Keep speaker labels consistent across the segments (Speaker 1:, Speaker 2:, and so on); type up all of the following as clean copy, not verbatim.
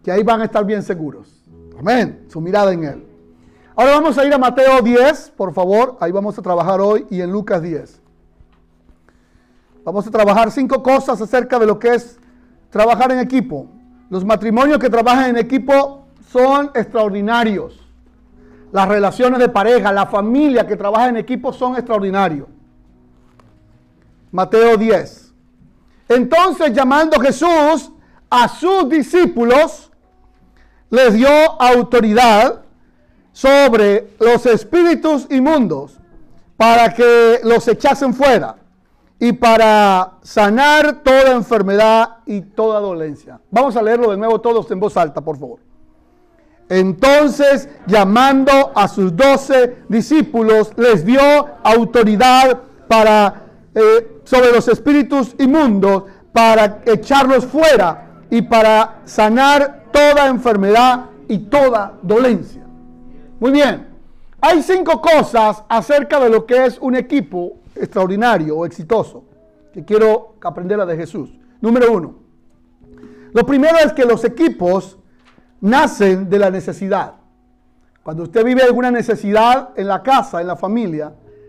Speaker 1: que ahí van a estar bien seguros. Amén. Su mirada en Él. Ahora vamos a ir a Mateo 10, por favor. Ahí vamos a trabajar hoy y en Lucas 10. Vamos a trabajar 5 cosas acerca de lo que es trabajar en equipo. Los matrimonios que trabajan en equipo son extraordinarios. Las relaciones de pareja, la familia que trabaja en equipo son extraordinarios. Mateo 10. Entonces, llamando Jesús a sus discípulos, les dio autoridad sobre los espíritus inmundos para que los echasen fuera y para sanar toda enfermedad y toda dolencia. Vamos a leerlo de nuevo todos en voz alta, por favor. Entonces, llamando a sus 12 discípulos, les dio autoridad sobre los espíritus inmundos para echarlos fuera y para sanar toda enfermedad y toda dolencia. Muy bien. Hay 5 cosas acerca de lo que es un equipo extraordinario o exitoso que quiero aprender de Jesús. Número 1. Lo primero es que los equipos nacen de la necesidad. Cuando usted vive alguna necesidad en la casa, en la familia,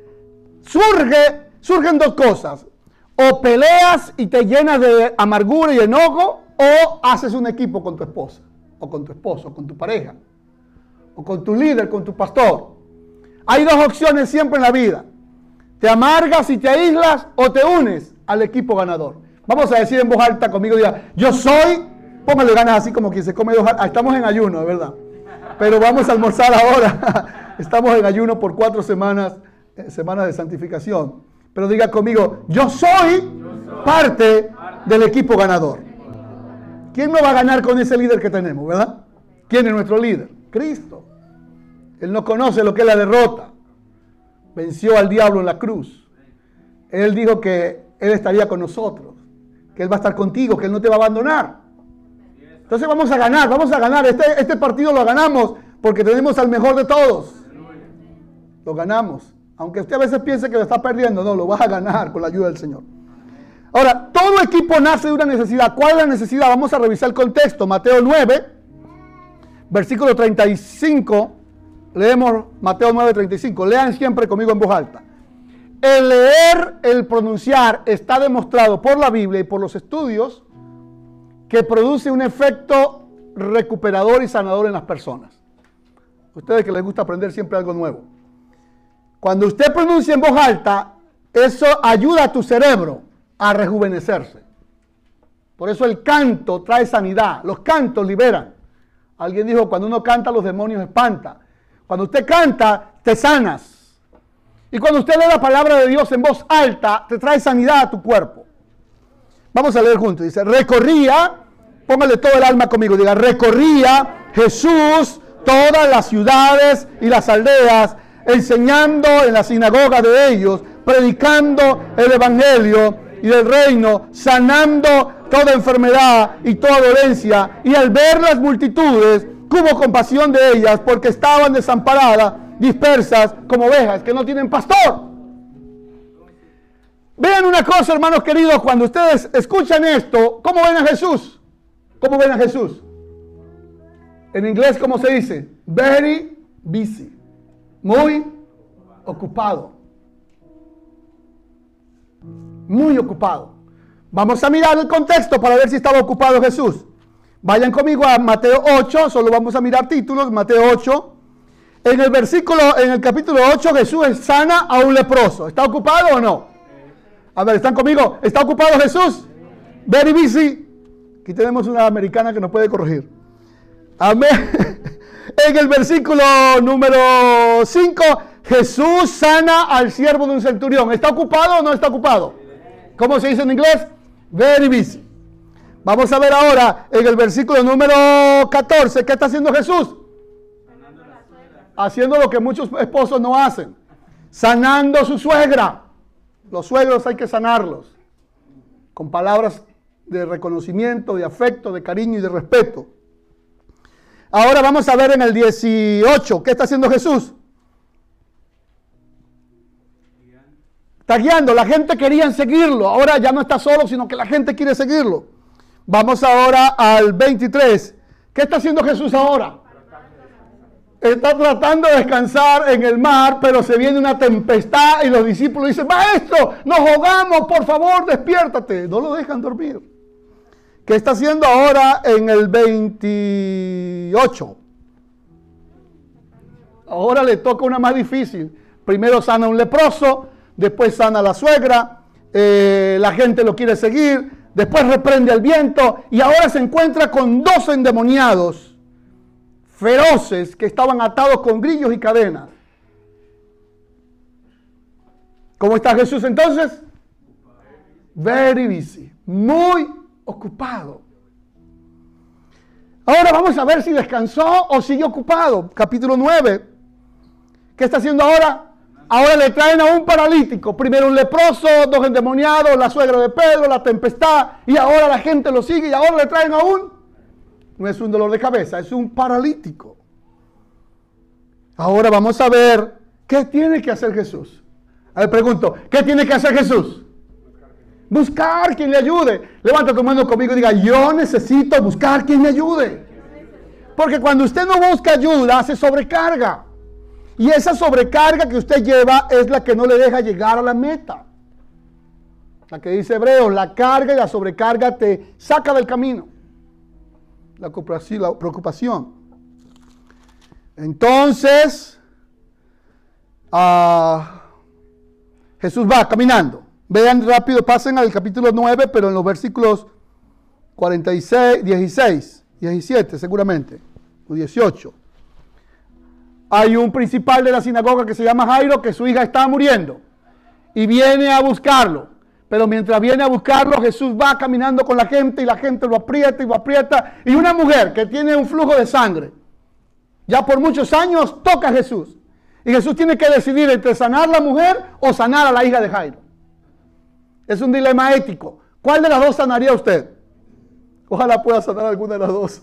Speaker 1: surgen 2 cosas. O peleas y te llenas de amargura y enojo, o haces un equipo con tu esposa, o con tu esposo, o con tu pareja, o con tu líder, con tu pastor. Hay 2 opciones siempre en la vida. Te amargas y te aíslas, o te unes al equipo ganador. Vamos a decir en voz alta conmigo, diga, yo soy, póngale ganas así como quien se come 2. Estamos en ayuno, de verdad. Pero vamos a almorzar ahora. Estamos en ayuno por 4 semanas de santificación. Pero diga conmigo, yo soy parte del equipo ganador. ¿Quién no va a ganar con ese líder que tenemos, verdad? ¿Quién es nuestro líder? Cristo. Él no conoce lo que es la derrota. Venció al diablo en la cruz. Él dijo que Él estaría con nosotros, que Él va a estar contigo, que Él no te va a abandonar. Entonces vamos a ganar. Este partido lo ganamos porque tenemos al mejor de todos. Lo ganamos. Aunque usted a veces piense que lo está perdiendo, no, lo vas a ganar con la ayuda del Señor. Ahora, todo equipo nace de una necesidad. ¿Cuál es la necesidad? Vamos a revisar el contexto. Mateo 9, versículo 35. Leemos Mateo 9, 35. Lean siempre conmigo en voz alta. El leer, el pronunciar está demostrado por la Biblia y por los estudios que produce un efecto recuperador y sanador en las personas. Ustedes que les gusta aprender siempre algo nuevo. Cuando usted pronuncia en voz alta, eso ayuda a tu cerebro a rejuvenecerse. Por eso el canto trae sanidad. Los cantos liberan. Alguien dijo, cuando uno canta, los demonios espantan. Cuando usted canta, te sanas. Y cuando usted lee la palabra de Dios en voz alta, te trae sanidad a tu cuerpo. Vamos a leer juntos. Dice, recorría, póngale todo el alma conmigo, diga, recorría Jesús todas las ciudades y las aldeas, enseñando en la sinagoga de ellos, predicando el evangelio y del reino, sanando toda enfermedad y toda dolencia. Y al ver las multitudes, tuvo compasión de ellas, porque estaban desamparadas, dispersas como ovejas que no tienen pastor. Vean una cosa, hermanos queridos, cuando ustedes escuchan esto, ¿cómo ven a Jesús? ¿Cómo ven a Jesús? En inglés, ¿cómo se dice? Very busy. Muy ocupado. Muy ocupado. Vamos a mirar el contexto para ver si estaba ocupado Jesús. Vayan conmigo a Mateo 8, solo vamos a mirar títulos, Mateo 8. En el capítulo 8, Jesús sana a un leproso. ¿Está ocupado o no? A ver, ¿están conmigo? ¿Está ocupado Jesús? Very busy. Aquí tenemos una americana que nos puede corregir. Amén. En el versículo número 5, Jesús sana al siervo de un centurión. ¿Está ocupado o no está ocupado? ¿Cómo se dice en inglés? Very busy. Vamos a ver ahora en el versículo número 14, ¿qué está haciendo Jesús? Haciendo lo que muchos esposos no hacen. Sanando a su suegra. Los suegros hay que sanarlos. Con palabras de reconocimiento, de afecto, de cariño y de respeto. Ahora vamos a ver en el 18, ¿qué está haciendo Jesús? Está guiando, la gente quería seguirlo, ahora ya no está solo, sino que la gente quiere seguirlo. Vamos ahora al 23, ¿Qué está haciendo Jesús ahora? Está tratando de descansar en el mar, pero se viene una tempestad y los discípulos dicen, maestro, nos ahogamos, por favor, despiértate. No lo dejan dormir. ¿Qué está haciendo ahora en el 28? Ahora le toca una más difícil. Primero sana a un leproso, después sana a la suegra, la gente lo quiere seguir, después reprende al viento y ahora se encuentra con 2 endemoniados feroces que estaban atados con grillos y cadenas. ¿Cómo está Jesús entonces? Very busy, muy ocupado. Ahora vamos a ver si descansó o sigue ocupado. Capítulo 9. ¿Qué está haciendo ahora? Ahora le traen a un paralítico. Primero un leproso, 2 endemoniados, la suegra de Pedro, la tempestad. Y ahora la gente lo sigue y ahora le traen a no es un dolor de cabeza, es un paralítico. Ahora vamos a ver qué tiene que hacer Jesús. A ver, pregunto, ¿qué tiene que hacer Jesús? Buscar quien le ayude. Levanta tu mano conmigo y diga, yo necesito buscar quien me ayude. Porque cuando usted no busca ayuda, se sobrecarga. Y esa sobrecarga que usted lleva es la que no le deja llegar a la meta. La que dice Hebreos, la carga y la sobrecarga te saca del camino. La preocupación. Entonces, Jesús va caminando. Vean rápido, pasen al capítulo 9, pero en los versículos 46, 16, 17 seguramente, o 18. Hay un principal de la sinagoga que se llama Jairo, que su hija está muriendo. Y viene a buscarlo. Pero mientras viene a buscarlo, Jesús va caminando con la gente y la gente lo aprieta y lo aprieta. Y una mujer que tiene un flujo de sangre, ya por muchos años, toca a Jesús. Y Jesús tiene que decidir entre sanar a la mujer o sanar a la hija de Jairo. Es un dilema ético. ¿Cuál de las dos sanaría usted? Ojalá pueda sanar alguna de las dos.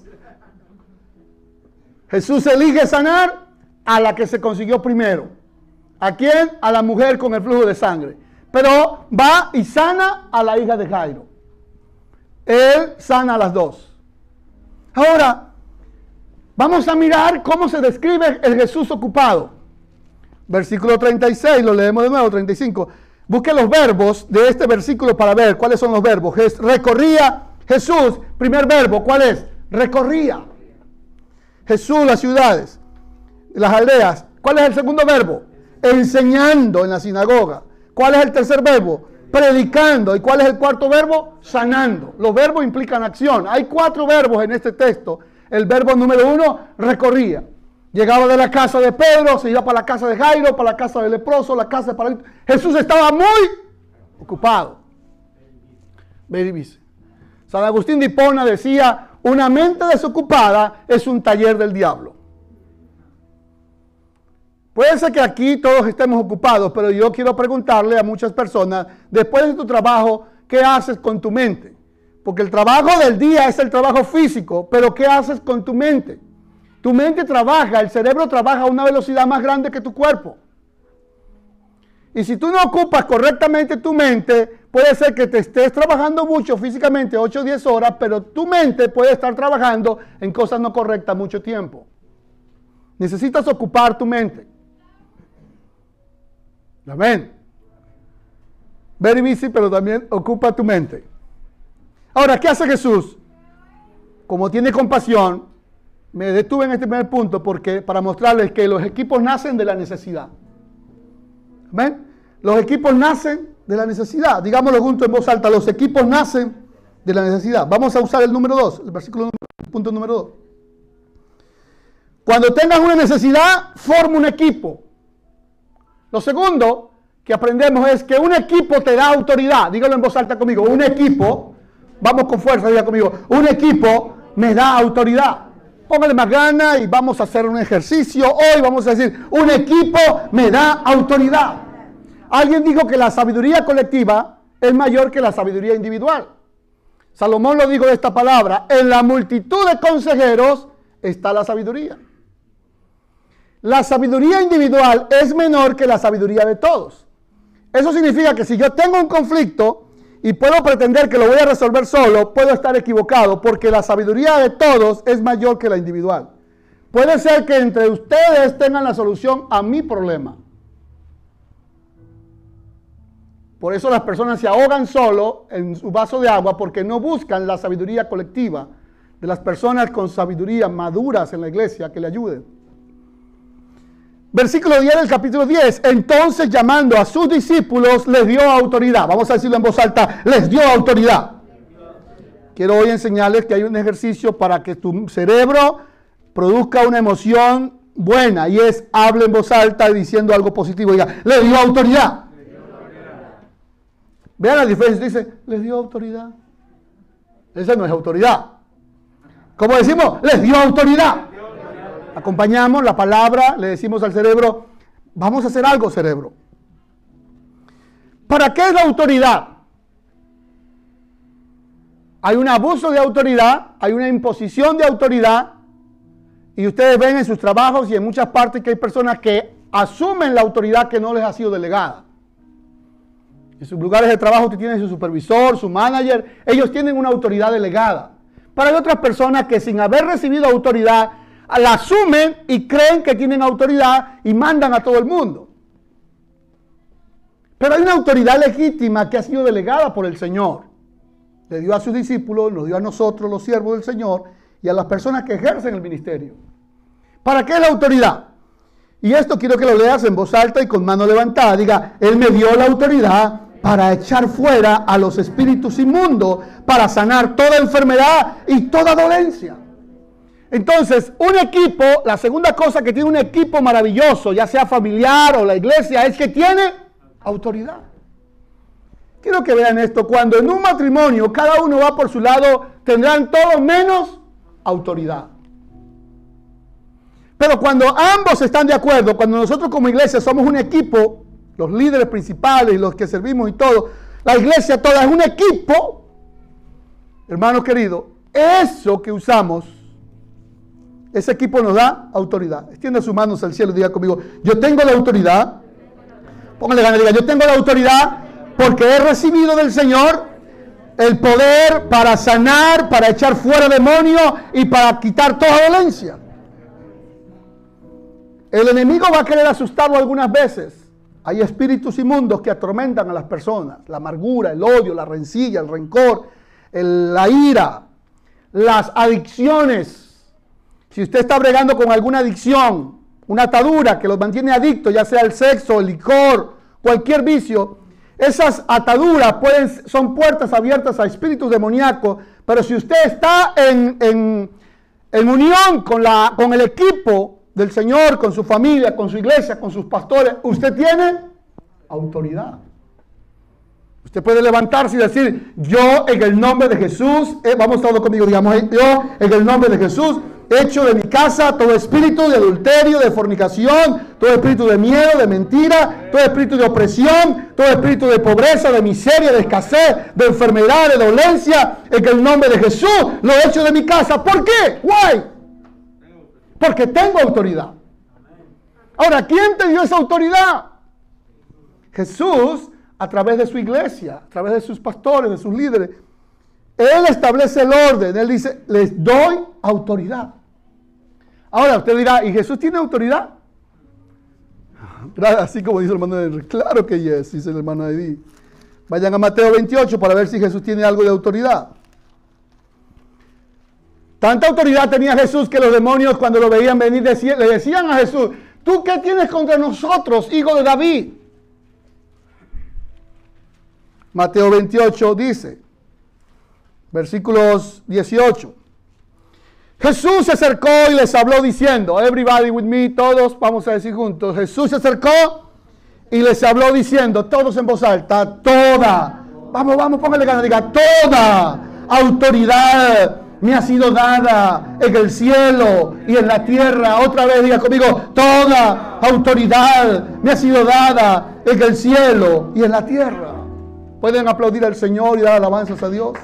Speaker 1: Jesús elige sanar a la que se consiguió primero. ¿A quién? A la mujer con el flujo de sangre. Pero va y sana a la hija de Jairo. Él sana a las dos. Ahora, vamos a mirar cómo se describe el Jesús ocupado. Versículo 36, lo leemos de nuevo, 35. Busque los verbos de este versículo para ver cuáles son los verbos. Recorría Jesús, primer verbo, ¿cuál es? Recorría. Jesús las ciudades, las aldeas. ¿Cuál es el segundo verbo? Enseñando en la sinagoga. ¿Cuál es el tercer verbo? Predicando. ¿Y cuál es el cuarto verbo? Sanando. Los verbos implican acción. Hay 4 verbos en este texto. El verbo número 1, recorría. Llegaba de la casa de Pedro, se iba para la casa de Jairo, para la casa del leproso, la casa de paralítico. Jesús estaba muy ocupado. Very busy. San Agustín de Hipona decía, una mente desocupada es un taller del diablo. Puede ser que aquí todos estemos ocupados, pero yo quiero preguntarle a muchas personas, después de tu trabajo, ¿qué haces con tu mente? Porque el trabajo del día es el trabajo físico, pero ¿qué haces con tu mente? Tu mente trabaja, el cerebro trabaja a una velocidad más grande que tu cuerpo. Y si tú no ocupas correctamente tu mente, puede ser que te estés trabajando mucho físicamente, 8 o 10 horas, pero tu mente puede estar trabajando en cosas no correctas mucho tiempo. Necesitas ocupar tu mente. Amén. Very busy, pero también ocupa tu mente. Ahora, ¿qué hace Jesús? Como tiene compasión, me detuve en este primer punto porque para mostrarles que los equipos nacen de la necesidad. Amén. Los equipos nacen de la necesidad. Digámoslo juntos en voz alta. Los equipos nacen de la necesidad. Vamos a usar el número 2, el versículo punto número 2. Cuando tengas una necesidad, forma un equipo. Lo segundo que aprendemos es que un equipo te da autoridad. Dígalo en voz alta conmigo. Un equipo, vamos con fuerza, diga conmigo. Un equipo me da autoridad. Póngale más ganas y vamos a hacer un ejercicio. Hoy vamos a decir, un equipo me da autoridad. Alguien dijo que la sabiduría colectiva es mayor que la sabiduría individual. Salomón lo dijo de esta palabra. En la multitud de consejeros está la sabiduría. La sabiduría individual es menor que la sabiduría de todos. Eso significa que si yo tengo un conflicto y puedo pretender que lo voy a resolver solo, puedo estar equivocado, porque la sabiduría de todos es mayor que la individual. Puede ser que entre ustedes tengan la solución a mi problema. Por eso las personas se ahogan solo en su vaso de agua, porque no buscan la sabiduría colectiva de las personas con sabiduría maduras en la iglesia que le ayuden. Versículo 10 del capítulo 10. Entonces, llamando a sus discípulos, les dio autoridad. Vamos a decirlo en voz alta, les dio autoridad. Quiero hoy enseñarles que hay un ejercicio para que tu cerebro produzca una emoción buena, y es, hable en voz alta diciendo algo positivo. Diga, le dio autoridad. Vean la diferencia. Dice, les dio autoridad. Esa no es autoridad. Como decimos, les dio autoridad. Acompañamos la palabra, le decimos al cerebro, vamos a hacer algo, cerebro. ¿Para qué es la autoridad? Hay un abuso de autoridad, hay una imposición de autoridad, y ustedes ven en sus trabajos y en muchas partes que hay personas que asumen la autoridad que no les ha sido delegada. En sus lugares de trabajo usted tiene su supervisor, su manager, ellos tienen una autoridad delegada. Pero hay otras personas que sin haber recibido autoridad, la asumen y creen que tienen autoridad y mandan a todo el mundo. Pero hay una autoridad legítima que ha sido delegada por el Señor. Le dio a sus discípulos, nos dio a nosotros, los siervos del Señor, y a las personas que ejercen el ministerio. ¿Para qué es la autoridad? Y esto quiero que lo leas en voz alta y con mano levantada. Diga, Él me dio la autoridad para echar fuera a los espíritus inmundos, para sanar toda enfermedad y toda dolencia. Entonces, un equipo, la segunda cosa que tiene un equipo maravilloso, ya sea familiar o la iglesia, es que tiene autoridad. Quiero que vean esto. Cuando en un matrimonio cada uno va por su lado, tendrán todo menos autoridad. Pero cuando ambos están de acuerdo, cuando nosotros como iglesia somos un equipo, los líderes principales y los que servimos y todo, la iglesia toda es un equipo, hermanos queridos, eso que usamos, ese equipo nos da autoridad. Extienda sus manos al cielo y diga conmigo, yo tengo la autoridad. Póngale ganas, diga, yo tengo la autoridad porque he recibido del Señor el poder para sanar, para echar fuera demonios y para quitar toda dolencia. El enemigo va a querer asustarlo algunas veces. Hay espíritus inmundos que atormentan a las personas. La amargura, el odio, la rencilla, el rencor, la ira, las adicciones. Si usted está bregando con alguna adicción, una atadura que los mantiene adictos, ya sea el sexo, el licor, cualquier vicio, esas ataduras son puertas abiertas a espíritus demoníacos. Pero si usted está en unión con el equipo del Señor, con su familia, con su iglesia, con sus pastores, usted tiene autoridad. Usted puede levantarse y decir, yo en el nombre de Jesús, vamos todos conmigo, digamos, yo en el nombre de Jesús, echo de mi casa todo espíritu de adulterio, de fornicación, todo espíritu de miedo, de mentira, todo espíritu de opresión, todo espíritu de pobreza, de miseria, de escasez, de enfermedad, de dolencia, en el nombre de Jesús, lo echo de mi casa. ¿Por qué? Why? Porque tengo autoridad. Ahora, ¿quién te dio esa autoridad? Jesús, a través de su iglesia, a través de sus pastores, de sus líderes. Él establece el orden. Él dice, les doy autoridad. Ahora, usted dirá, ¿y Jesús tiene autoridad? Así como dice el hermano Edith. Claro que yes, dice el hermano Edith. Vayan a Mateo 28 para ver si Jesús tiene algo de autoridad. Tanta autoridad tenía Jesús que los demonios cuando lo veían venir le decían a Jesús, ¿tú qué tienes contra nosotros, hijo de David? Mateo 28 dice, versículos 18. Jesús se acercó y les habló diciendo, everybody with me, todos vamos a decir juntos, Jesús se acercó y les habló diciendo, todos en voz alta, toda, vamos, póngale ganas, diga, toda autoridad me ha sido dada en el cielo y en la tierra. Otra vez diga conmigo, toda autoridad me ha sido dada en el cielo y en la tierra. Pueden aplaudir al Señor y dar alabanzas a Dios.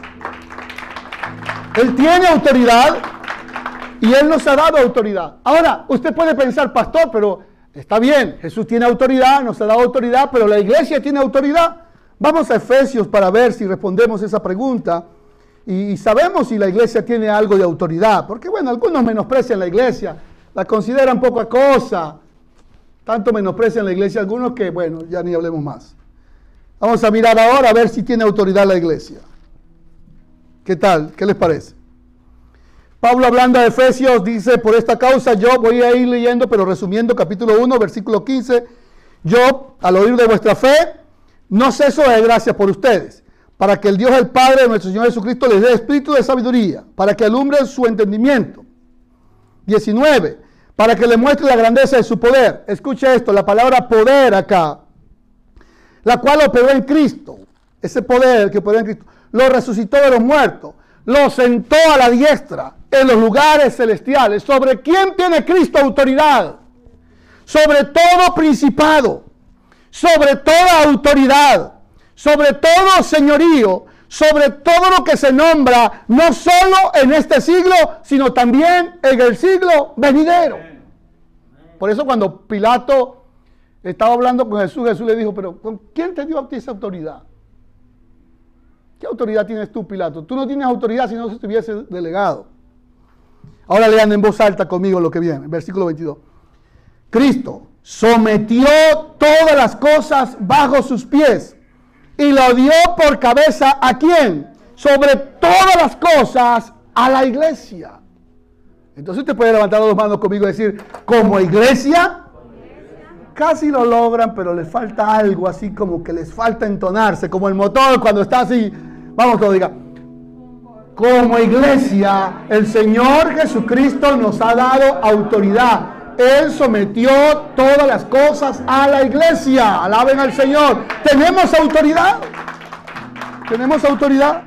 Speaker 1: Él tiene autoridad y Él nos ha dado autoridad. Ahora, usted puede pensar, pastor, pero está bien, Jesús tiene autoridad, nos ha dado autoridad, pero la iglesia tiene autoridad. Vamos a Efesios para ver si respondemos esa pregunta y sabemos si la iglesia tiene algo de autoridad. Porque bueno, algunos menosprecian la iglesia, la consideran poca cosa. Tanto menosprecian la iglesia algunos que bueno, ya ni hablemos más. Vamos a mirar ahora a ver si tiene autoridad la iglesia. ¿Qué tal? ¿Qué les parece? Pablo hablando de Efesios dice, por esta causa yo voy a ir leyendo, pero resumiendo capítulo 1, versículo 15. Yo, al oír de vuestra fe, no ceso de gracias por ustedes, para que el Dios el Padre de nuestro Señor Jesucristo les dé espíritu de sabiduría, para que alumbre su entendimiento. 19. Para que le muestre la grandeza de su poder. Escuche esto, la palabra poder acá, la cual operó en Cristo. Ese poder que operó en Cristo, lo resucitó de los muertos, lo sentó a la diestra en los lugares celestiales. ¿Sobre quién tiene Cristo autoridad? Sobre todo principado, sobre toda autoridad, sobre todo señorío, sobre todo lo que se nombra, no solo en este siglo, sino también en el siglo venidero. Por eso cuando Pilato estaba hablando con Jesús, Jesús le dijo, pero ¿con quién te dio a ti esa autoridad? ¿Qué autoridad tienes tú, Pilato? Tú no tienes autoridad si no se te hubiese delegado. Ahora lean en voz alta conmigo lo que viene, versículo 22. Cristo sometió todas las cosas bajo sus pies y lo dio por cabeza ¿a quién? Sobre todas las cosas a la iglesia. Entonces usted puede levantar las manos conmigo y decir, como iglesia, casi lo logran, pero les falta algo, así como que les falta entonarse, como el motor cuando está así. Vamos todos, diga. Como iglesia, el Señor Jesucristo nos ha dado autoridad. Él sometió todas las cosas a la iglesia. Alaben al Señor. ¿Tenemos autoridad? ¿Tenemos autoridad?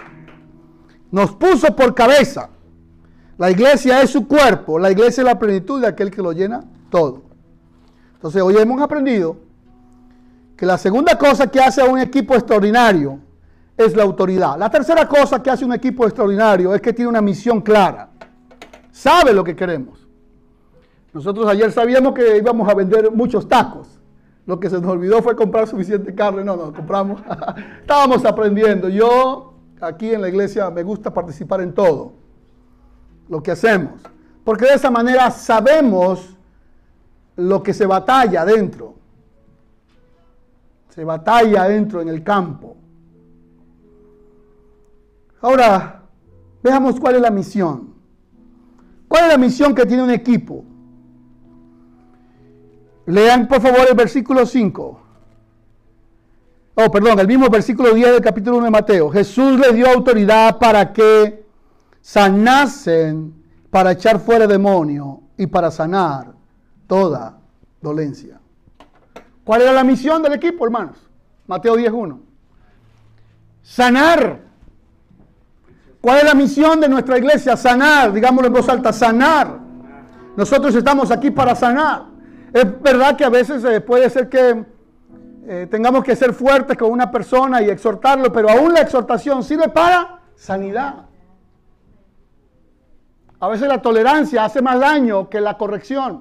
Speaker 1: Nos puso por cabeza. La iglesia es su cuerpo. La iglesia es la plenitud de aquel que lo llena todo. Entonces hoy hemos aprendido que la segunda cosa que hace a un equipo extraordinario es la autoridad. La tercera cosa que hace un equipo extraordinario es que tiene una misión clara. Sabe lo que queremos. Nosotros ayer sabíamos que íbamos a vender muchos tacos. Lo que se nos olvidó fue comprar suficiente carne. No, compramos. Estábamos aprendiendo. Yo aquí en la iglesia me gusta participar en todo lo que hacemos. Porque de esa manera sabemos lo que se batalla adentro. Se batalla adentro en el campo. Ahora, veamos cuál es la misión. ¿Cuál es la misión que tiene un equipo? Lean por favor el versículo 5. El mismo versículo 10 del capítulo 1 de Mateo. Jesús les dio autoridad para que sanasen, para echar fuera demonios y para sanar toda dolencia. ¿Cuál era la misión del equipo, hermanos? Mateo 10:1. Sanar. ¿Cuál es la misión de nuestra iglesia? Sanar. Digámoslo en voz alta, sanar. Nosotros estamos aquí para sanar. Es verdad que a veces puede ser que tengamos que ser fuertes con una persona y exhortarlo, pero aún la exhortación sirve para sanidad. A veces la tolerancia hace más daño que la corrección.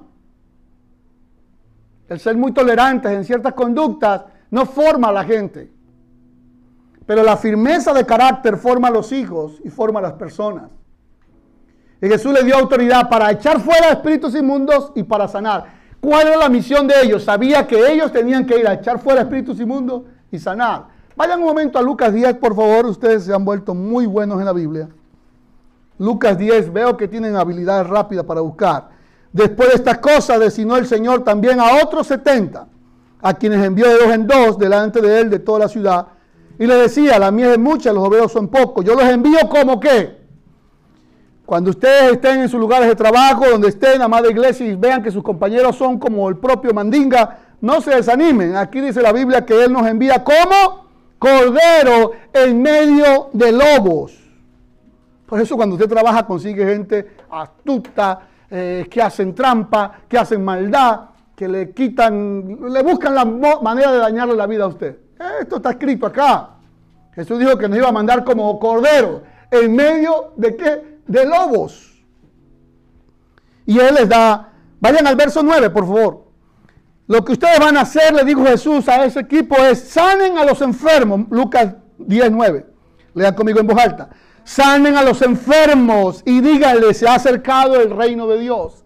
Speaker 1: El ser muy tolerantes en ciertas conductas no forma a la gente. Pero la firmeza de carácter forma a los hijos y forma a las personas. Y Jesús le dio autoridad para echar fuera espíritus inmundos y para sanar. ¿Cuál era la misión de ellos? Sabía que ellos tenían que ir a echar fuera espíritus inmundos y sanar. Vayan un momento a Lucas 10, por favor. Ustedes se han vuelto muy buenos en la Biblia. Lucas 10, veo que tienen habilidad rápida para buscar. Después de estas cosas, designó el Señor también a otros 70, a quienes envió de 2 en 2 delante de él de toda la ciudad. Y le decía, la mies es mucha, los obreros son pocos. Yo los envío como ¿qué? Cuando ustedes estén en sus lugares de trabajo, donde estén, amada iglesia, y vean que sus compañeros son como el propio mandinga, no se desanimen. Aquí dice la Biblia que Él nos envía como cordero en medio de lobos. Por eso cuando usted trabaja consigue gente astuta, que hacen trampa, que hacen maldad, que le buscan la manera de dañarle la vida a usted. Esto está escrito acá. Jesús dijo que nos iba a mandar como cordero en medio de ¿qué? De lobos. Y Él les da, vayan al verso 9 por favor. Lo que ustedes van a hacer, le dijo Jesús a ese equipo, es sanen a los enfermos. Lucas 10:9. Lean conmigo en voz alta. Sanen a los enfermos y díganle, se ha acercado el reino de Dios.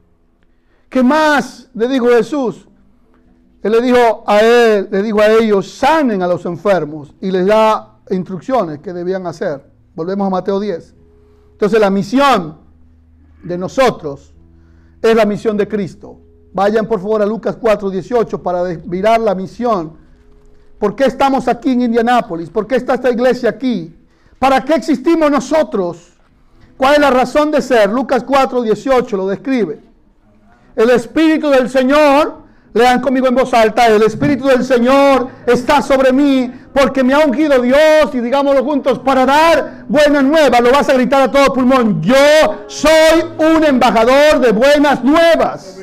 Speaker 1: ¿Qué más le dijo Jesús? Él le dijo a ellos, sanen a los enfermos y les da instrucciones que debían hacer. Volvemos a Mateo 10. Entonces la misión de nosotros es la misión de Cristo. Vayan por favor a Lucas 4:18 para mirar la misión. ¿Por qué estamos aquí en Indianápolis? ¿Por qué está esta iglesia aquí? ¿Para qué existimos nosotros? ¿Cuál es la razón de ser? Lucas 4:18 lo describe. El Espíritu del Señor, lean conmigo en voz alta, el Espíritu del Señor está sobre mí porque me ha ungido Dios, y digámoslo juntos, para dar buenas nuevas. Lo vas a gritar a todo pulmón. Yo soy un embajador de buenas nuevas.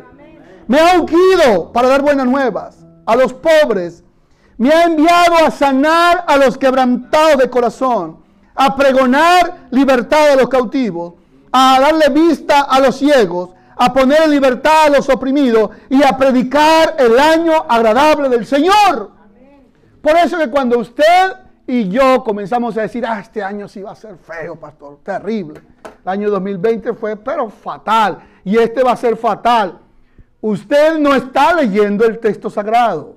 Speaker 1: Me ha ungido para dar buenas nuevas a los pobres. Me ha enviado a sanar a los quebrantados de corazón, a pregonar libertad a los cautivos, a darle vista a los ciegos, a poner en libertad a los oprimidos y a predicar el año agradable del Señor. Por eso que cuando usted y yo comenzamos a decir, este año sí va a ser feo, pastor, terrible. El año 2020 fue pero fatal y este va a ser fatal. Usted no está leyendo el texto sagrado.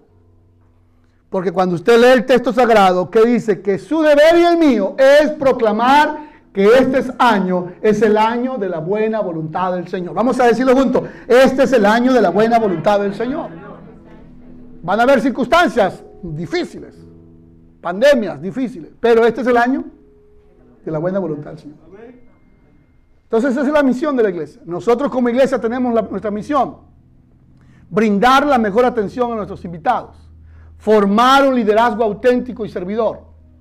Speaker 1: Porque cuando usted lee el texto sagrado, que dice que su deber y el mío es proclamar que este año es el año de la buena voluntad del Señor. Vamos a decirlo juntos. Este es el año de la buena voluntad del Señor. Van a haber circunstancias difíciles, pandemias difíciles, pero este es el año de la buena voluntad del Señor. Entonces esa es la misión de la iglesia. Nosotros como iglesia tenemos nuestra misión. Brindar la mejor atención a nuestros invitados. Formar un liderazgo auténtico y servidor.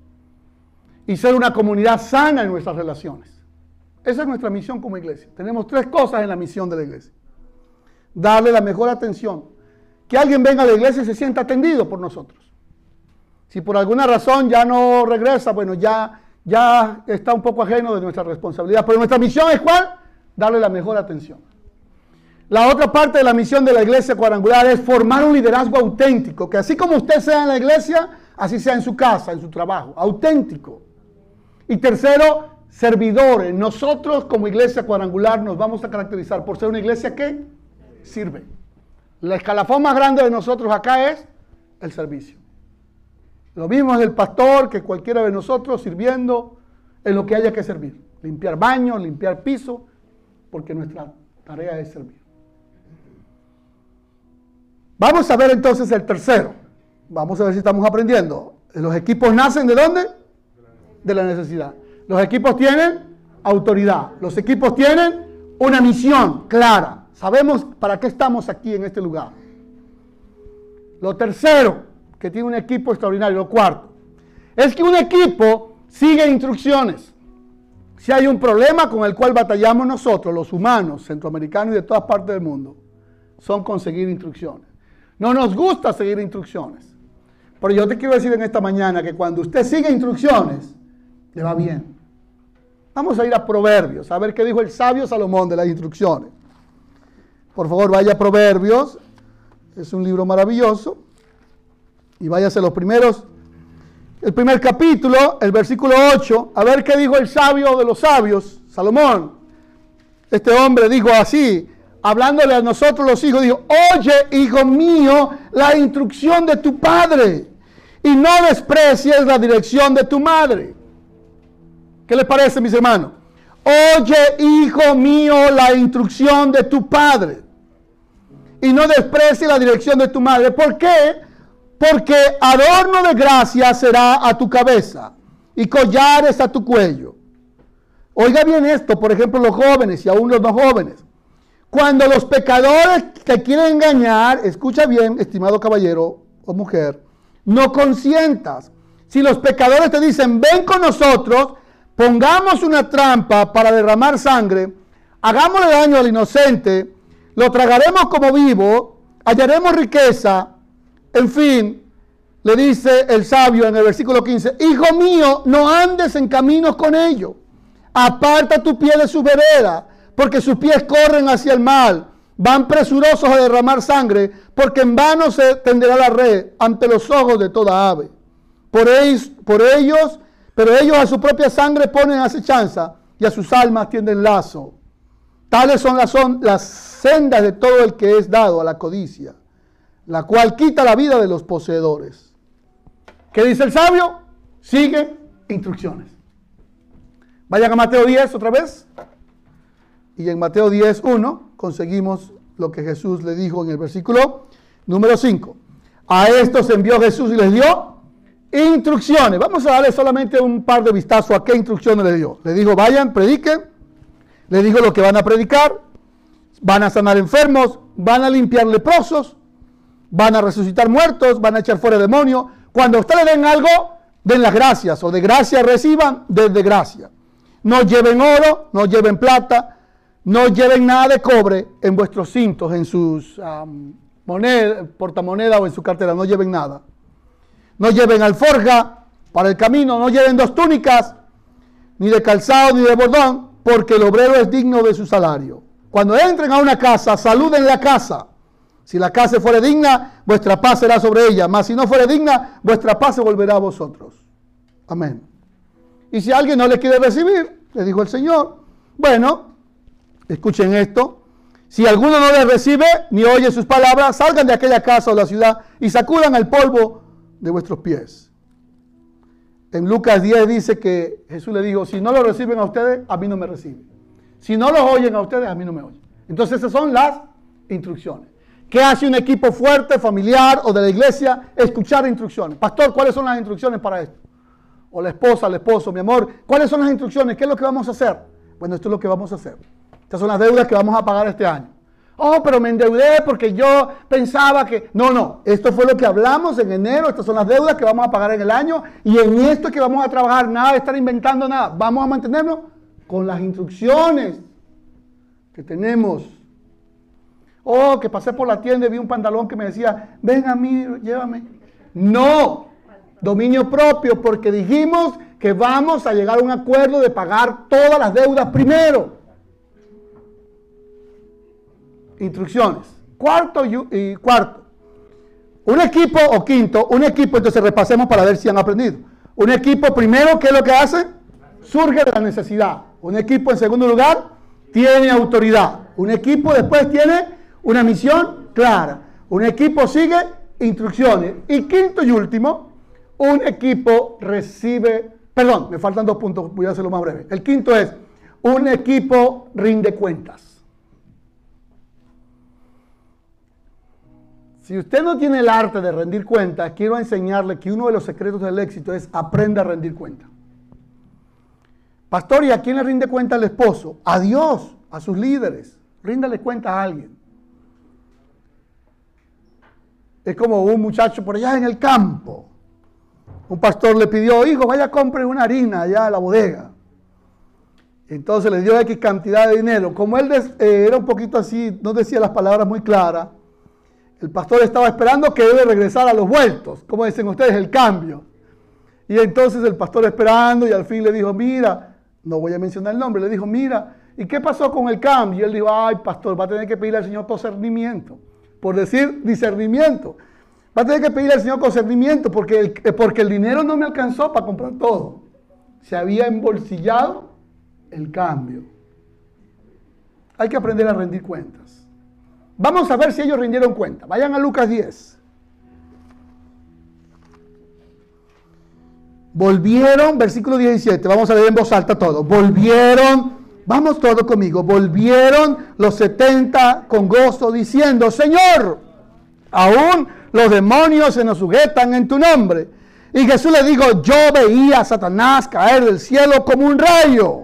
Speaker 1: Y ser una comunidad sana en nuestras relaciones. Esa es nuestra misión como iglesia. Tenemos 3 cosas en la misión de la iglesia. Darle la mejor atención. Que alguien venga a la iglesia y se sienta atendido por nosotros. Si por alguna razón ya no regresa, bueno, ya está un poco ajeno de nuestra responsabilidad. Pero nuestra misión es ¿cuál? Darle la mejor atención. La otra parte de la misión de la iglesia cuadrangular es formar un liderazgo auténtico. Que así como usted sea en la iglesia, así sea en su casa, en su trabajo. Auténtico. Y tercero, servidores. Nosotros como iglesia cuadrangular nos vamos a caracterizar por ser una iglesia que sirve. El escalafón más grande de nosotros acá es el servicio. Lo mismo es el pastor que cualquiera de nosotros sirviendo en lo que haya que servir. Limpiar baños, limpiar piso, porque nuestra tarea es servir. Vamos a ver entonces el tercero. Vamos a ver si estamos aprendiendo. Los equipos nacen ¿de dónde? De la necesidad. Los equipos tienen autoridad. Los equipos tienen una misión clara. Sabemos para qué estamos aquí en este lugar. Lo tercero, que tiene un equipo extraordinario, lo cuarto, es que un equipo sigue instrucciones. Si hay un problema con el cual batallamos nosotros, los humanos, centroamericanos y de todas partes del mundo, son conseguir instrucciones. No nos gusta seguir instrucciones. Pero yo te quiero decir en esta mañana que cuando usted sigue instrucciones, le va bien. Vamos a ir a Proverbios, a ver qué dijo el sabio Salomón de las instrucciones. Por favor, vaya a Proverbios. Es un libro maravilloso. Y váyase el primer capítulo, el versículo 8, a ver qué dijo el sabio de los sabios, Salomón. Este hombre dijo así, hablándole a nosotros los hijos, dijo, oye, hijo mío, la instrucción de tu padre, y no desprecies la dirección de tu madre. ¿Qué les parece, mis hermanos? Oye, hijo mío, la instrucción de tu padre, y no desprecies la dirección de tu madre. ¿Por qué? Porque adorno de gracia será a tu cabeza, y collares a tu cuello. Oiga bien esto, por ejemplo, los jóvenes y aún los no jóvenes. Cuando los pecadores te quieren engañar, escucha bien, estimado caballero o mujer, no consientas. Si los pecadores te dicen, ven con nosotros, pongamos una trampa para derramar sangre, hagámosle daño al inocente, lo tragaremos como vivo, hallaremos riqueza, en fin, le dice el sabio en el versículo 15, hijo mío, no andes en caminos con ellos, aparta tu pie de su vereda, porque sus pies corren hacia el mal Van presurosos a derramar sangre, porque en vano se tenderá la red ante los ojos de toda ave. Pero ellos a su propia sangre ponen acechanza y a sus almas tienden lazo. Tales son las sendas de todo el que es dado a la codicia, la cual quita la vida de los poseedores. ¿Qué dice el sabio? Sigue instrucciones. Vayan a Mateo 10 otra vez. Y en Mateo 10:1 conseguimos lo que Jesús le dijo en el versículo número 5. A estos envió Jesús y les dio instrucciones. Vamos a darle solamente un par de vistazos a qué instrucciones le dio. Le dijo, vayan, prediquen. Le dijo lo que van a predicar. Van a sanar enfermos, van a limpiar leprosos, van a resucitar muertos, van a echar fuera demonios. Cuando a ustedes den algo, den las gracias, o de gracia reciban, desde gracia. No lleven oro, no lleven plata, no lleven nada de cobre en vuestros cintos, en sus portamonedas o en su cartera, no lleven nada. No lleven alforja para el camino, no lleven 2 túnicas, ni de calzado ni de bordón, porque el obrero es digno de su salario. Cuando entren a una casa, saluden la casa. Si la casa fuere digna, vuestra paz será sobre ella, mas si no fuere digna, vuestra paz se volverá a vosotros. Amén. Y si alguien no le quiere recibir, le dijo el Señor, bueno, escuchen esto, si alguno no le recibe ni oye sus palabras, salgan de aquella casa o la ciudad y sacudan el polvo de vuestros pies. En Lucas 10 dice que Jesús le dijo, si no lo reciben a ustedes, a mí no me reciben. Si no los oyen a ustedes, a mí no me oyen. Entonces esas son las instrucciones. ¿Qué hace un equipo fuerte, familiar o de la iglesia? Escuchar instrucciones. Pastor, ¿cuáles son las instrucciones para esto? O la esposa, el esposo, mi amor, ¿cuáles son las instrucciones? ¿Qué es lo que vamos a hacer? Bueno, esto es lo que vamos a hacer. Estas son las deudas que vamos a pagar este año. Oh, pero me endeudé porque yo pensaba que... No, esto fue lo que hablamos en enero, estas son las deudas que vamos a pagar en el año y en esto es que vamos a trabajar, nada de estar inventando nada. Vamos a mantenernos con las instrucciones que tenemos. Oh, que pasé por la tienda y vi un pantalón que me decía, ven a mí, llévame. No, dominio propio, porque dijimos que vamos a llegar a un acuerdo de pagar todas las deudas primero. Instrucciones. Cuarto, un equipo, o quinto, un equipo, entonces repasemos para ver si han aprendido. Un equipo primero, ¿qué es lo que hace? Surge de la necesidad. Un equipo en segundo lugar, tiene autoridad. Un equipo después tiene una misión clara. Un equipo sigue instrucciones. Y quinto y último, un equipo recibe, perdón, me faltan 2 puntos, voy a hacerlo más breve. El quinto es, un equipo rinde cuentas. Si usted no tiene el arte de rendir cuentas, quiero enseñarle que uno de los secretos del éxito es aprenda a rendir cuentas. Pastor, ¿y a quién le rinde cuenta el esposo? A Dios, a sus líderes. Ríndale cuenta a alguien. Es como un muchacho por allá en el campo. Un pastor le pidió, hijo, vaya a comprar una harina allá a la bodega. Entonces le dio X cantidad de dinero. Como él era un poquito así, no decía las palabras muy claras, el pastor estaba esperando que debe regresar a los vueltos, como dicen ustedes, el cambio. Y entonces el pastor esperando y al fin le dijo, mira, no voy a mencionar el nombre, le dijo, mira, ¿y qué pasó con el cambio? Y él dijo, ay, pastor, va a tener que pedirle al Señor discernimiento. Por decir discernimiento. Va a tener que pedirle al Señor discernimiento porque el dinero no me alcanzó para comprar todo. Se había embolsillado el cambio. Hay que aprender a rendir cuentas. Vamos a ver si ellos rindieron cuenta. Vayan a Lucas 10. Volvieron, versículo 17. Vamos a leer en voz alta todo. Volvieron, vamos todos conmigo. Volvieron los 70 con gozo diciendo, Señor, aún los demonios se nos sujetan en tu nombre. Y Jesús le dijo, yo veía a Satanás caer del cielo como un rayo.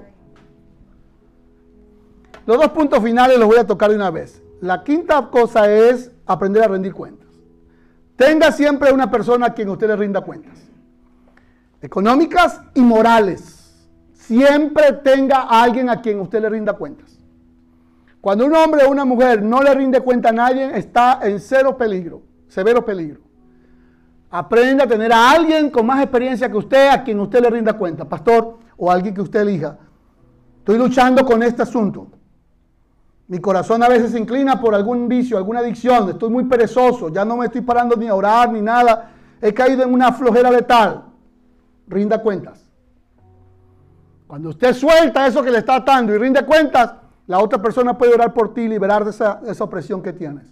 Speaker 1: Los 2 puntos finales los voy a tocar de una vez. La quinta cosa es aprender a rendir cuentas. Tenga siempre una persona a quien usted le rinda cuentas. Económicas y morales. Siempre tenga a alguien a quien usted le rinda cuentas. Cuando un hombre o una mujer no le rinde cuenta a nadie, está en severo peligro. Aprenda a tener a alguien con más experiencia que usted, a quien usted le rinda cuenta. Pastor, o alguien que usted elija. Estoy luchando con este asunto. Mi corazón a veces se inclina por algún vicio, alguna adicción. Estoy muy perezoso. Ya no me estoy parando ni a orar ni nada. He caído en una flojera de tal. Rinda cuentas. Cuando usted suelta eso que le está atando y rinde cuentas, la otra persona puede orar por ti y liberar de esa opresión que tienes.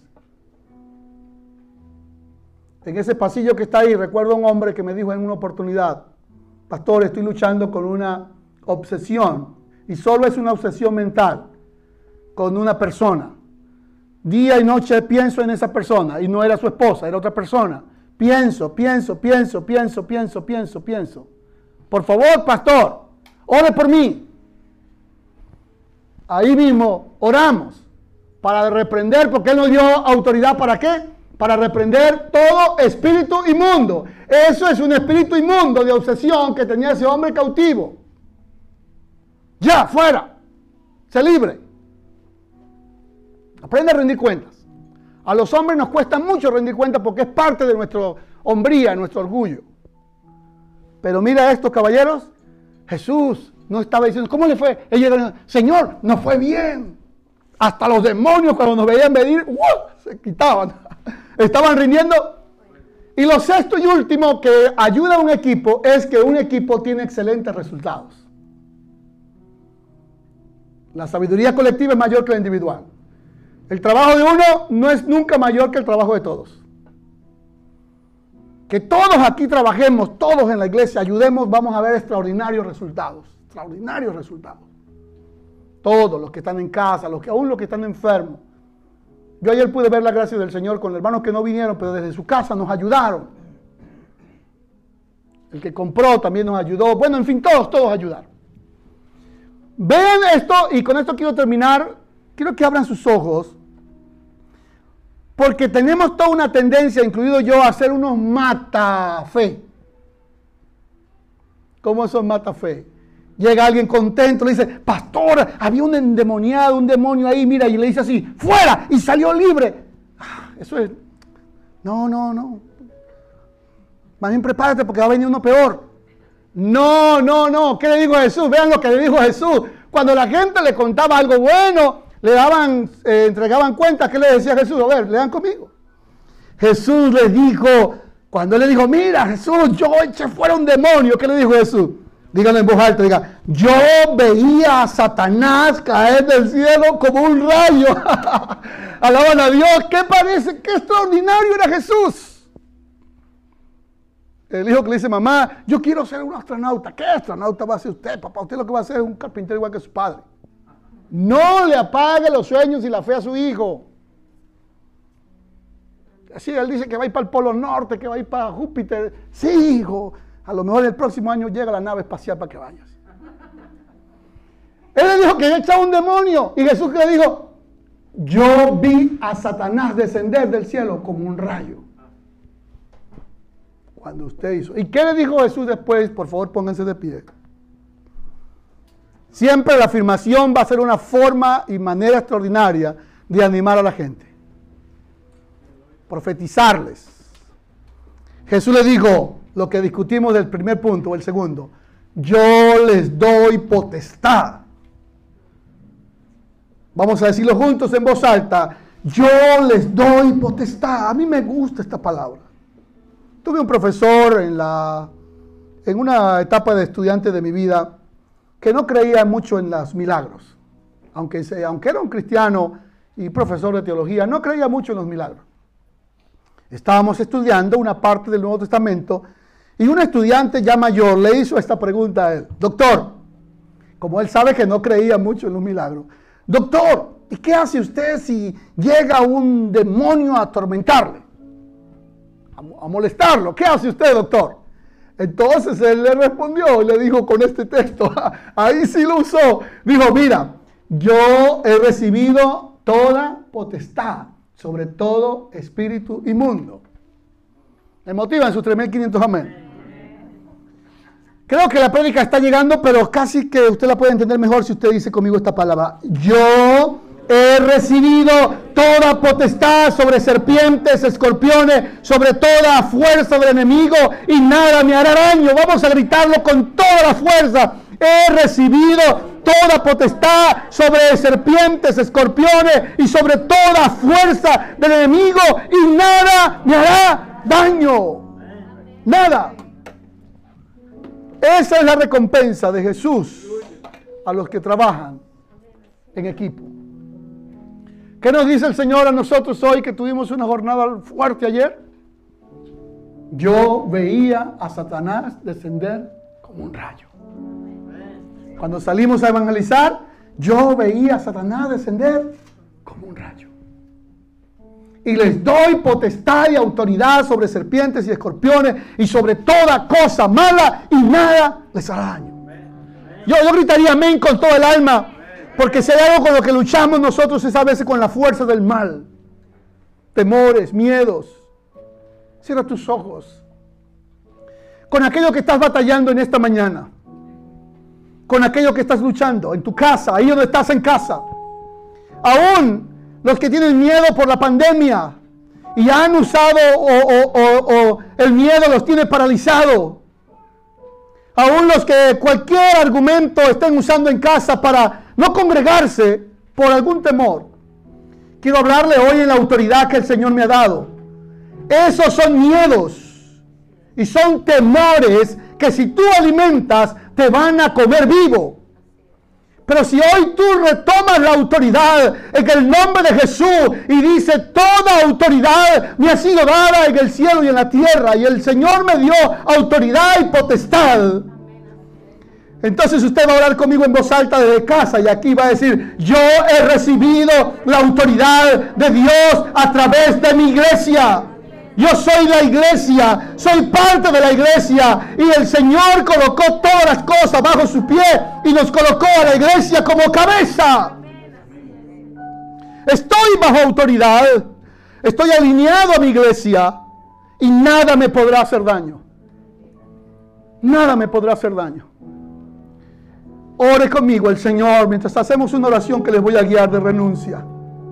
Speaker 1: En ese pasillo que está ahí, recuerdo a un hombre que me dijo en una oportunidad: pastor, estoy luchando con una obsesión, y solo es una obsesión mental, con una persona. Día y noche pienso en esa persona, y no era su esposa, era otra persona. Pienso. Por favor, pastor, ore por mí. Ahí mismo oramos para reprender, porque Él nos dio autoridad. ¿Para qué? Para reprender todo espíritu inmundo. Eso es un espíritu inmundo de obsesión que tenía ese hombre cautivo. Ya, fuera. Sé libre. Aprende a rendir cuentas. A los hombres nos cuesta mucho rendir cuentas porque es parte de nuestra hombría, nuestro orgullo. Pero mira esto, caballeros. Jesús no estaba diciendo, ¿cómo le fue? Él llegó, Señor, nos fue bien. Hasta los demonios cuando nos veían venir, se quitaban. Estaban rindiendo. Y lo sexto y último que ayuda a un equipo es que un equipo tiene excelentes resultados. La sabiduría colectiva es mayor que la individual. El trabajo de uno no es nunca mayor que el trabajo de todos. Que todos aquí trabajemos, todos en la iglesia, ayudemos, vamos a ver extraordinarios resultados. Extraordinarios resultados. Todos los que están en casa, aún los que están enfermos. Yo ayer pude ver la gracia del Señor con hermanos que no vinieron, pero desde su casa nos ayudaron. El que compró también nos ayudó. Bueno, en fin, todos ayudaron. Vean esto, y con esto quiero terminar. Quiero que abran sus ojos, porque tenemos toda una tendencia, incluido yo, a ser unos mata-fe. ¿Cómo son mata-fe? Llega alguien contento, le dice, pastor, había un endemoniado, un demonio ahí, mira, y le dice así, ¡fuera! Y salió libre. Eso es, no. Más bien prepárate porque va a venir uno peor. No. ¿Qué le dijo Jesús? Vean lo que le dijo Jesús. Cuando la gente le contaba algo bueno, le entregaban cuentas. ¿Qué le decía Jesús? A ver, lean conmigo. Jesús les dijo, cuando él le dijo, mira Jesús, yo eché fuera un demonio. ¿Qué le dijo Jesús? Díganlo en voz alta, diga, yo veía a Satanás caer del cielo como un rayo. Alaban a Dios. ¿Qué parece? ¡Qué extraordinario era Jesús! El hijo que le dice, mamá, yo quiero ser un astronauta. ¿Qué astronauta va a ser usted, papá? Usted lo que va a hacer es un carpintero igual que su padre. No le apague los sueños y la fe a su hijo. Así él dice que va a ir para el Polo Norte, que va a ir para Júpiter. Sí, hijo. A lo mejor el próximo año llega la nave espacial para que vayas. Él le dijo que había echado un demonio. Y Jesús le dijo, yo vi a Satanás descender del cielo como un rayo. Cuando usted hizo. ¿Y qué le dijo Jesús después? Por favor, pónganse de pie. Siempre la afirmación va a ser una forma y manera extraordinaria de animar a la gente. Profetizarles. Jesús le dijo lo que discutimos del primer punto o el segundo. Yo les doy potestad. Vamos a decirlo juntos en voz alta. Yo les doy potestad. A mí me gusta esta palabra. Tuve un profesor en una etapa de estudiante de mi vida que no creía mucho en los milagros. Aunque era un cristiano y profesor de teología, no creía mucho en los milagros. Estábamos estudiando una parte del Nuevo Testamento y un estudiante ya mayor le hizo esta pregunta a él. Doctor, como él sabe que no creía mucho en los milagros. Doctor, ¿y qué hace usted si llega un demonio a atormentarle? A molestarlo. ¿Qué hace usted, doctor? Entonces él le respondió y le dijo con este texto, ahí sí lo usó. Dijo, mira, yo he recibido toda potestad sobre todo espíritu inmundo. ¿Me motivan sus 3.500 amén? Creo que la prédica está llegando, pero casi que usted la puede entender mejor si usted dice conmigo esta palabra. Yo he recibido toda potestad sobre serpientes, escorpiones, sobre toda fuerza del enemigo y nada me hará daño. Vamos a gritarlo con toda la fuerza. He recibido toda potestad, sobre serpientes, escorpiones y sobre toda fuerza del enemigo, y nada me hará daño. Nada. Esa es la recompensa de Jesús a los que trabajan en equipo. ¿Qué nos dice el Señor a nosotros hoy que tuvimos una jornada fuerte ayer? Yo veía a Satanás descender como un rayo. Cuando salimos a evangelizar, yo veía a Satanás descender como un rayo. Y les doy potestad y autoridad sobre serpientes y escorpiones y sobre toda cosa mala, y nada les hará daño. Yo gritaría amén con todo el alma, porque si hay algo con lo que luchamos nosotros es a veces con la fuerza del mal. Temores, miedos. Cierra tus ojos. Con aquello que estás batallando en esta mañana. Con aquello que estás luchando en tu casa, ahí donde estás en casa. Aún los que tienen miedo por la pandemia y han usado o el miedo los tiene paralizado. Aún los que cualquier argumento estén usando en casa para no congregarse por algún temor. Quiero hablarle hoy en la autoridad que el Señor me ha dado. Esos son miedos y son temores que si tú alimentas te van a comer vivo. Pero si hoy tú retomas la autoridad en el nombre de Jesús y dice, toda autoridad me ha sido dada en el cielo y en la tierra, y el Señor me dio autoridad y potestad, entonces usted va a orar conmigo en voz alta desde casa y aquí va a decir, yo he recibido la autoridad de Dios a través de mi iglesia. Yo soy la iglesia, soy parte de la iglesia, y el Señor colocó todas las cosas bajo su pie y nos colocó a la iglesia como cabeza. Estoy bajo autoridad, estoy alineado a mi iglesia y nada me podrá hacer daño. Nada me podrá hacer daño. Ore conmigo el Señor mientras hacemos una oración que les voy a guiar de renuncia.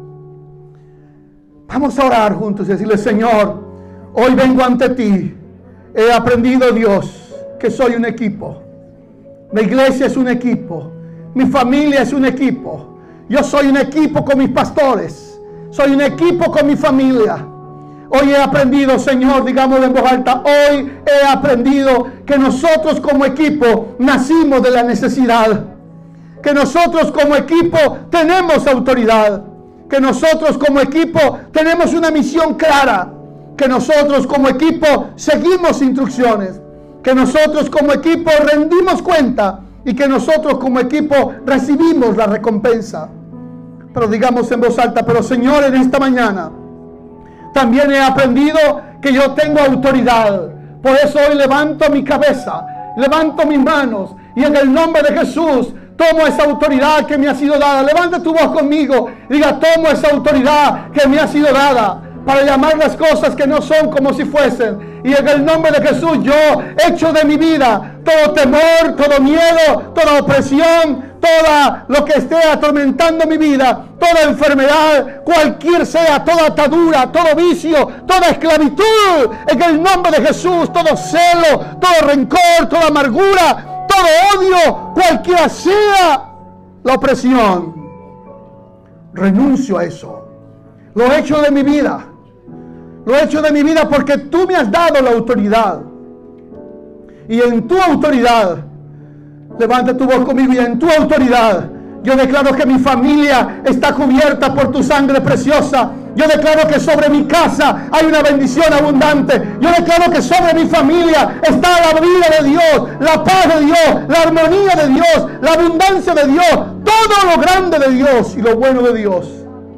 Speaker 1: Vamos a orar juntos y decirle, Señor, hoy vengo ante ti. He aprendido, Dios, que soy un equipo. La iglesia es un equipo. Mi familia es un equipo. Yo soy un equipo con mis pastores. Soy un equipo con mi familia. Hoy he aprendido, Señor, digámoslo en voz alta, hoy he aprendido que nosotros como equipo nacimos de la necesidad. Que nosotros como equipo tenemos autoridad. Que nosotros como equipo tenemos una misión clara. Que nosotros como equipo seguimos instrucciones. Que nosotros como equipo rendimos cuenta. Y que nosotros como equipo recibimos la recompensa. Pero digamos en voz alta, pero Señor, en esta mañana también he aprendido que yo tengo autoridad. Por eso hoy levanto mi cabeza, levanto mis manos y en el nombre de Jesús tomo esa autoridad que me ha sido dada. Levanta tu voz conmigo y diga, tomo esa autoridad que me ha sido dada para llamar las cosas que no son como si fuesen. Y en el nombre de Jesús yo echo de mi vida todo temor, todo miedo, toda opresión, todo lo que esté atormentando mi vida, toda enfermedad, cualquier sea, toda atadura, todo vicio, toda esclavitud, en el nombre de Jesús, todo celo, todo rencor, toda amargura, todo odio, cualquiera sea la opresión. Renuncio a eso. Lo he hecho de mi vida. Lo he hecho de mi vida porque tú me has dado la autoridad. Y en tu autoridad, levanta tu voz conmigo, y en tu autoridad yo declaro que mi familia está cubierta por tu sangre preciosa. Yo declaro que sobre mi casa hay una bendición abundante. Yo declaro que sobre mi familia está la vida de Dios, la paz de Dios, la armonía de Dios, la abundancia de Dios, todo lo grande de Dios y lo bueno de Dios.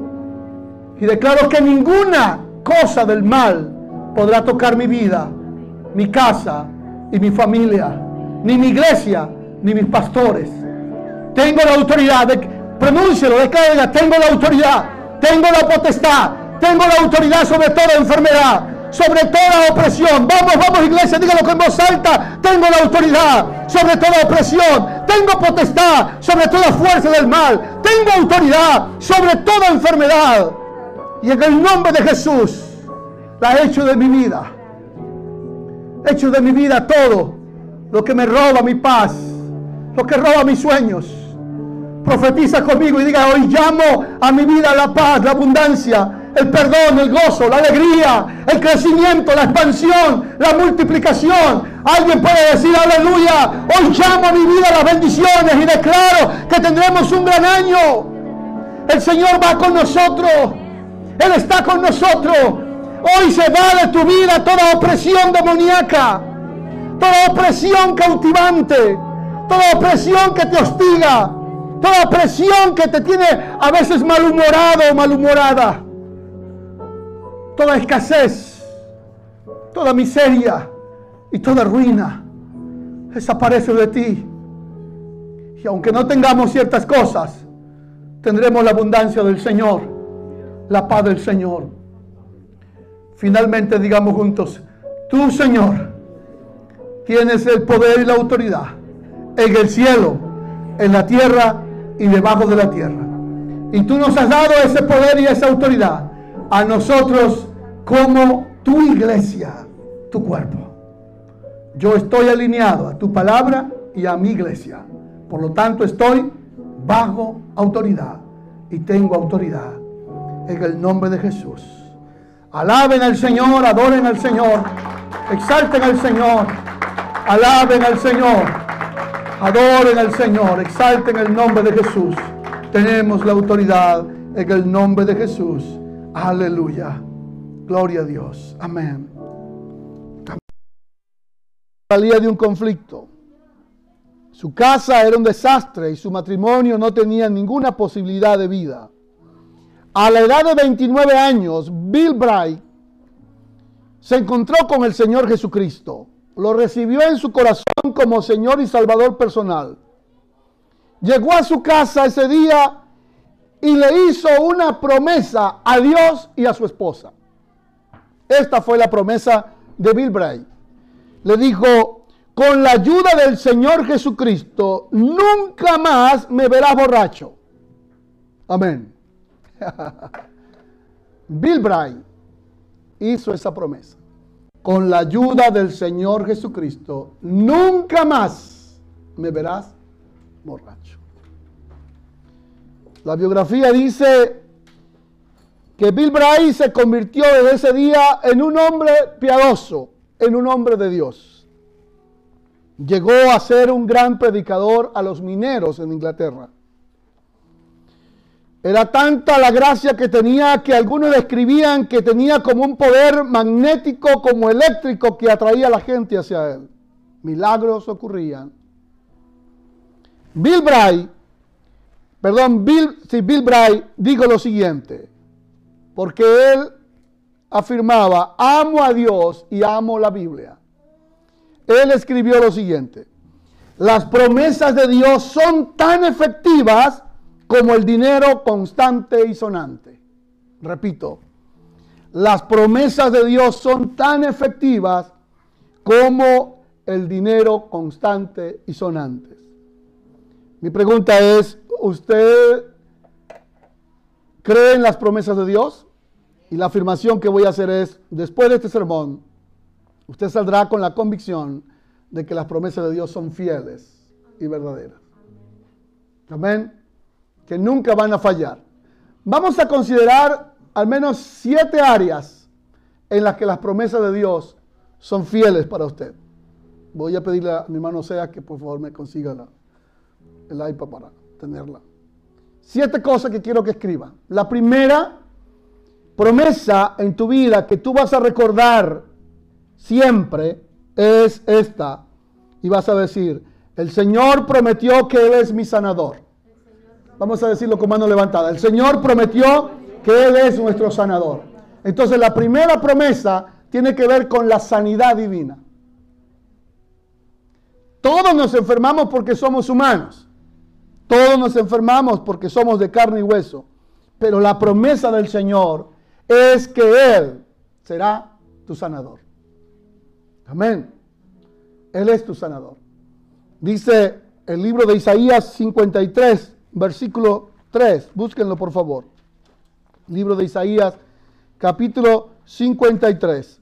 Speaker 1: Y declaro que ninguna cosa del mal podrá tocar mi vida, mi casa y mi familia, ni mi iglesia, ni mis pastores. Tengo la autoridad, pronúncialo, declara, tengo la autoridad, tengo la potestad, tengo la autoridad sobre toda enfermedad, sobre toda opresión. Vamos iglesia, dígalo con voz alta. Tengo la autoridad sobre toda opresión, tengo potestad sobre toda fuerza del mal, tengo autoridad sobre toda enfermedad. Y en el nombre de Jesús la he hecho de mi vida. He hecho de mi vida todo lo que me roba mi paz, lo que roba mis sueños, Profetiza conmigo y diga: hoy llamo a mi vida la paz, la abundancia, el perdón, el gozo, la alegría, el crecimiento, la expansión, la multiplicación. Alguien puede decir: aleluya, hoy llamo a mi vida las bendiciones y declaro que tendremos un gran año. El Señor va con nosotros. Él está con nosotros. Hoy se va de tu vida toda opresión demoníaca, toda opresión cautivante, toda opresión que te hostiga, toda opresión que te tiene a veces malhumorado o malhumorada. Toda escasez, toda miseria y toda ruina desaparece de ti. Y aunque no tengamos ciertas cosas, tendremos la abundancia del Señor, la paz del Señor. Finalmente digamos juntos: tú, Señor, tienes el poder y la autoridad en el cielo, en la tierra y debajo de la tierra. Y tú nos has dado ese poder y esa autoridad a nosotros como tu iglesia, tu cuerpo. Yo estoy alineado a tu palabra y a mi iglesia. Por lo tanto, estoy bajo autoridad y tengo autoridad en el nombre de Jesús. Alaben al Señor, adoren al Señor, exalten al Señor, alaben al Señor, adoren al Señor, exalten el nombre de Jesús. Tenemos la autoridad en el nombre de Jesús. Aleluya. Gloria a Dios. Amén. Salía de un conflicto. Su casa era un desastre y su matrimonio no tenía ninguna posibilidad de vida. A la edad de 29 años, Bill Bright se encontró con el Señor Jesucristo. Lo recibió en su corazón como Señor y Salvador personal. Llegó a su casa ese día y le hizo una promesa a Dios y a su esposa. Esta fue la promesa de Bill Bright. Le dijo: con la ayuda del Señor Jesucristo, nunca más me verás borracho. Amén. Bill Bright hizo esa promesa. Con la ayuda del Señor Jesucristo, nunca más me verás borracho. La biografía dice que Bill Bright se convirtió desde ese día en un hombre piadoso, en un hombre de Dios. Llegó a ser un gran predicador a los mineros en Inglaterra. Era tanta la gracia que tenía que algunos describían que tenía como un poder magnético, como eléctrico, que atraía a la gente hacia él. Milagros ocurrían. Bill Bright dijo lo siguiente, porque él afirmaba: amo a Dios y amo la Biblia. Él escribió lo siguiente: las promesas de Dios son tan efectivas como el dinero constante y sonante. Repito, las promesas de Dios son tan efectivas como el dinero constante y sonante. Mi pregunta es: ¿usted cree en las promesas de Dios? Y la afirmación que voy a hacer es: después de este sermón, usted saldrá con la convicción de que las promesas de Dios son fieles y verdaderas. Amén. Que nunca van a fallar. Vamos a considerar al menos 7 áreas en las que las promesas de Dios son fieles para usted. Voy a pedirle a mi hermano Sea que por favor me consiga el iPad para tenerla. 7 cosas que quiero que escriba. La primera promesa en tu vida que tú vas a recordar siempre es esta. Y vas a decir: el Señor prometió que Él es mi sanador. Vamos a decirlo con mano levantada. El Señor prometió que Él es nuestro sanador. Entonces la primera promesa tiene que ver con la sanidad divina. Todos nos enfermamos porque somos humanos. Todos nos enfermamos porque somos de carne y hueso. Pero la promesa del Señor es que Él será tu sanador. Amén. Él es tu sanador. Dice el libro de Isaías 53, versículo 3. Búsquenlo por favor. Libro de Isaías, capítulo 53.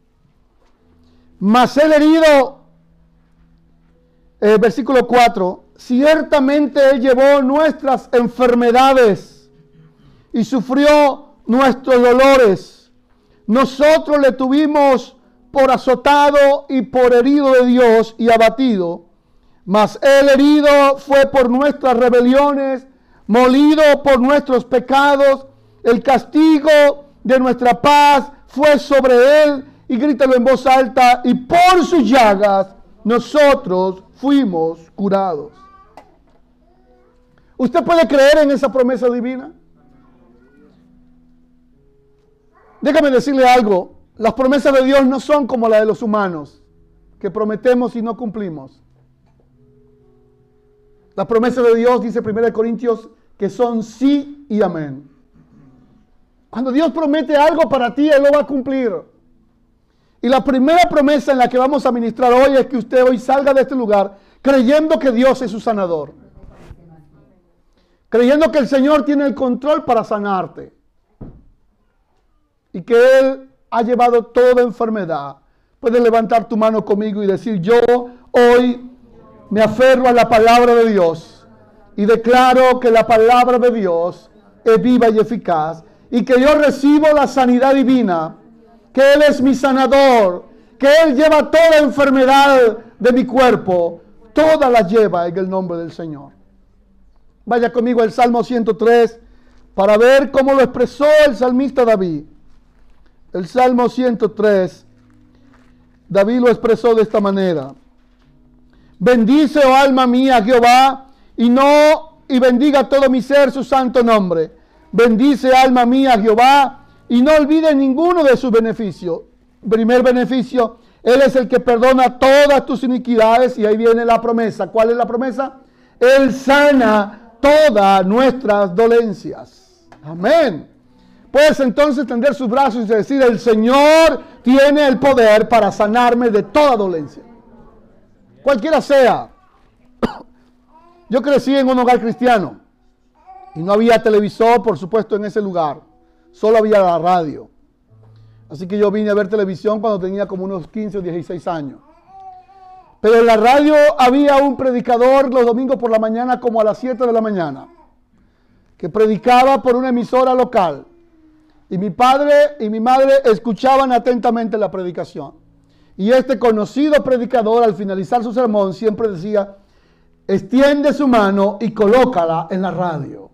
Speaker 1: Mas el herido, versículo 4. ciertamente Él llevó nuestras enfermedades y sufrió nuestros dolores. Nosotros le tuvimos por azotado y por herido de Dios y abatido. Mas Él herido fue por nuestras rebeliones, molido por nuestros pecados. El castigo de nuestra paz fue sobre Él. Y grítalo en voz alta: y por sus llagas nosotros fuimos curados. ¿Usted puede creer en esa promesa divina? Déjame decirle algo. Las promesas de Dios no son como las de los humanos, que prometemos y no cumplimos. Las promesas de Dios, dice 1 Corintios, que son sí y amén. Cuando Dios promete algo para ti, Él lo va a cumplir. Y la primera promesa en la que vamos a ministrar hoy es que usted hoy salga de este lugar creyendo que Dios es su sanador. Creyendo que el Señor tiene el control para sanarte. Y que Él ha llevado toda enfermedad. Puedes levantar tu mano conmigo y decir: yo hoy me aferro a la palabra de Dios y declaro que la palabra de Dios es viva y eficaz y que yo recibo la sanidad divina, que Él es mi sanador, que Él lleva toda enfermedad de mi cuerpo, toda la lleva en el nombre del Señor. Vaya conmigo al Salmo 103 para ver cómo lo expresó el salmista David. El Salmo 103, David lo expresó de esta manera: bendice, oh alma mía, a Jehová, y bendiga todo mi ser su santo nombre. Bendice, alma mía, a Jehová, y no olvides ninguno de sus beneficios. Primer beneficio: Él es el que perdona todas tus iniquidades, y ahí viene la promesa. ¿Cuál es la promesa? Él sana todas nuestras dolencias. Amén. Puedes entonces tender sus brazos y decir: el Señor tiene el poder para sanarme de toda dolencia, cualquiera sea. Yo crecí en un hogar cristiano y no había televisor, por supuesto, en ese lugar. Solo había la radio. Así que yo vine a ver televisión cuando tenía como unos 15 o 16 años. Pero en la radio había un predicador los domingos por la mañana, como a las 7 de la mañana, que predicaba por una emisora local. Y mi padre y mi madre escuchaban atentamente la predicación. Y este conocido predicador, al finalizar su sermón, siempre decía: extiende su mano y colócala en la radio.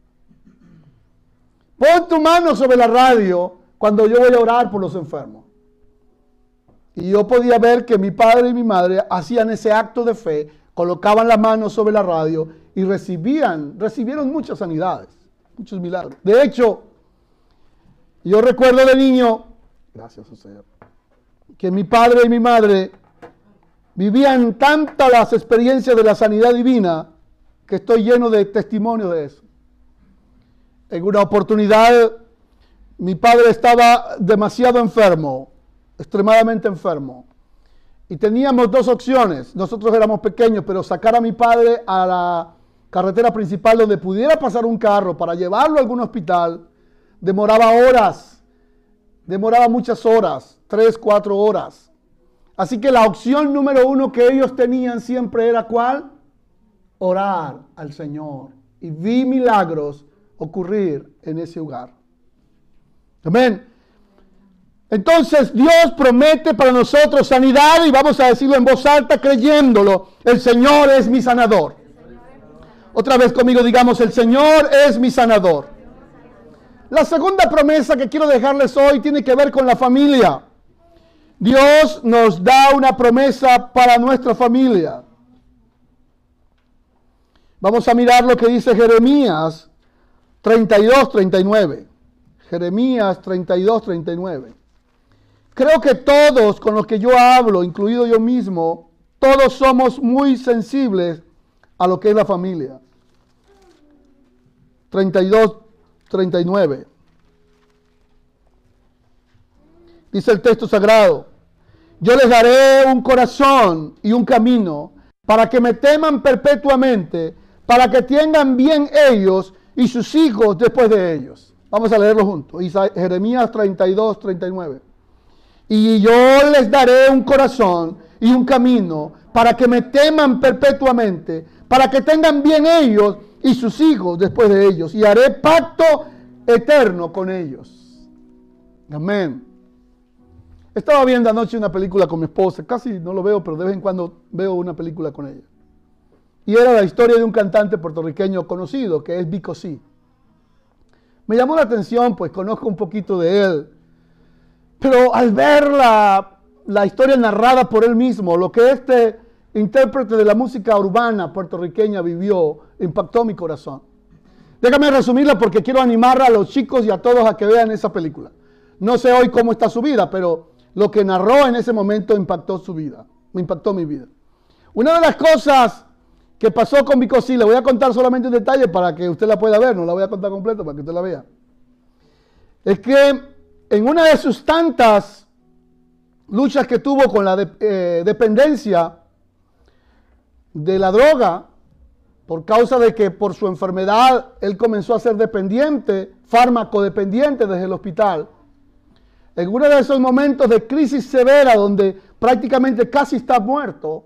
Speaker 1: Pon tu mano sobre la radio cuando yo voy a orar por los enfermos. Y yo podía ver que mi padre y mi madre hacían ese acto de fe, colocaban la mano sobre la radio y recibieron muchas sanidades, muchos milagros. De hecho, yo recuerdo de niño, gracias Señor, que mi padre y mi madre vivían tantas las experiencias de la sanidad divina que estoy lleno de testimonios de eso. En una oportunidad, mi padre estaba demasiado enfermo, extremadamente enfermo. Y teníamos dos opciones. Nosotros éramos pequeños, pero sacar a mi padre a la carretera principal donde pudiera pasar un carro para llevarlo a algún hospital, demoraba horas, demoraba muchas horas, 3, 4 horas. Así que la opción número uno que ellos tenían siempre era ¿cuál? Orar al Señor. Y vi milagros ocurrir en ese hogar. Amén. Entonces Dios promete para nosotros sanidad y vamos a decirlo en voz alta creyéndolo. El Señor es mi sanador. Otra vez conmigo digamos: el Señor es mi sanador. La segunda promesa que quiero dejarles hoy tiene que ver con la familia. Dios nos da una promesa para nuestra familia. Vamos a mirar lo que dice Jeremías 32:39. Jeremías 32:39. Creo que todos con los que yo hablo, incluido yo mismo, todos somos muy sensibles a lo que es la familia. 32:39. Dice el texto sagrado: yo les daré un corazón y un camino para que me teman perpetuamente, para que tengan bien ellos y sus hijos después de ellos. Vamos a leerlo juntos. Jeremías 32:39. Y yo les daré un corazón y un camino para que me teman perpetuamente, para que tengan bien ellos y sus hijos después de ellos, y haré pacto eterno con ellos. Amén. Estaba viendo anoche una película con mi esposa, casi no lo veo, pero de vez en cuando veo una película con ella. Y era la historia de un cantante puertorriqueño conocido, que es Vico C. Me llamó la atención, pues conozco un poquito de él. Pero al ver la historia narrada por él mismo, lo que este intérprete de la música urbana puertorriqueña vivió, impactó mi corazón. Déjame resumirla porque quiero animar a los chicos y a todos a que vean esa película. No sé hoy cómo está su vida, pero lo que narró en ese momento impactó su vida, impactó mi vida. Una de las cosas que pasó con Vico C, le voy a contar solamente un detalle para que usted la pueda ver, no la voy a contar completa para que usted la vea. Es que en una de sus tantas luchas que tuvo con la dependencia de la droga, por causa de que por su enfermedad él comenzó a ser dependiente, fármaco dependiente desde el hospital. En uno de esos momentos de crisis severa donde prácticamente casi está muerto,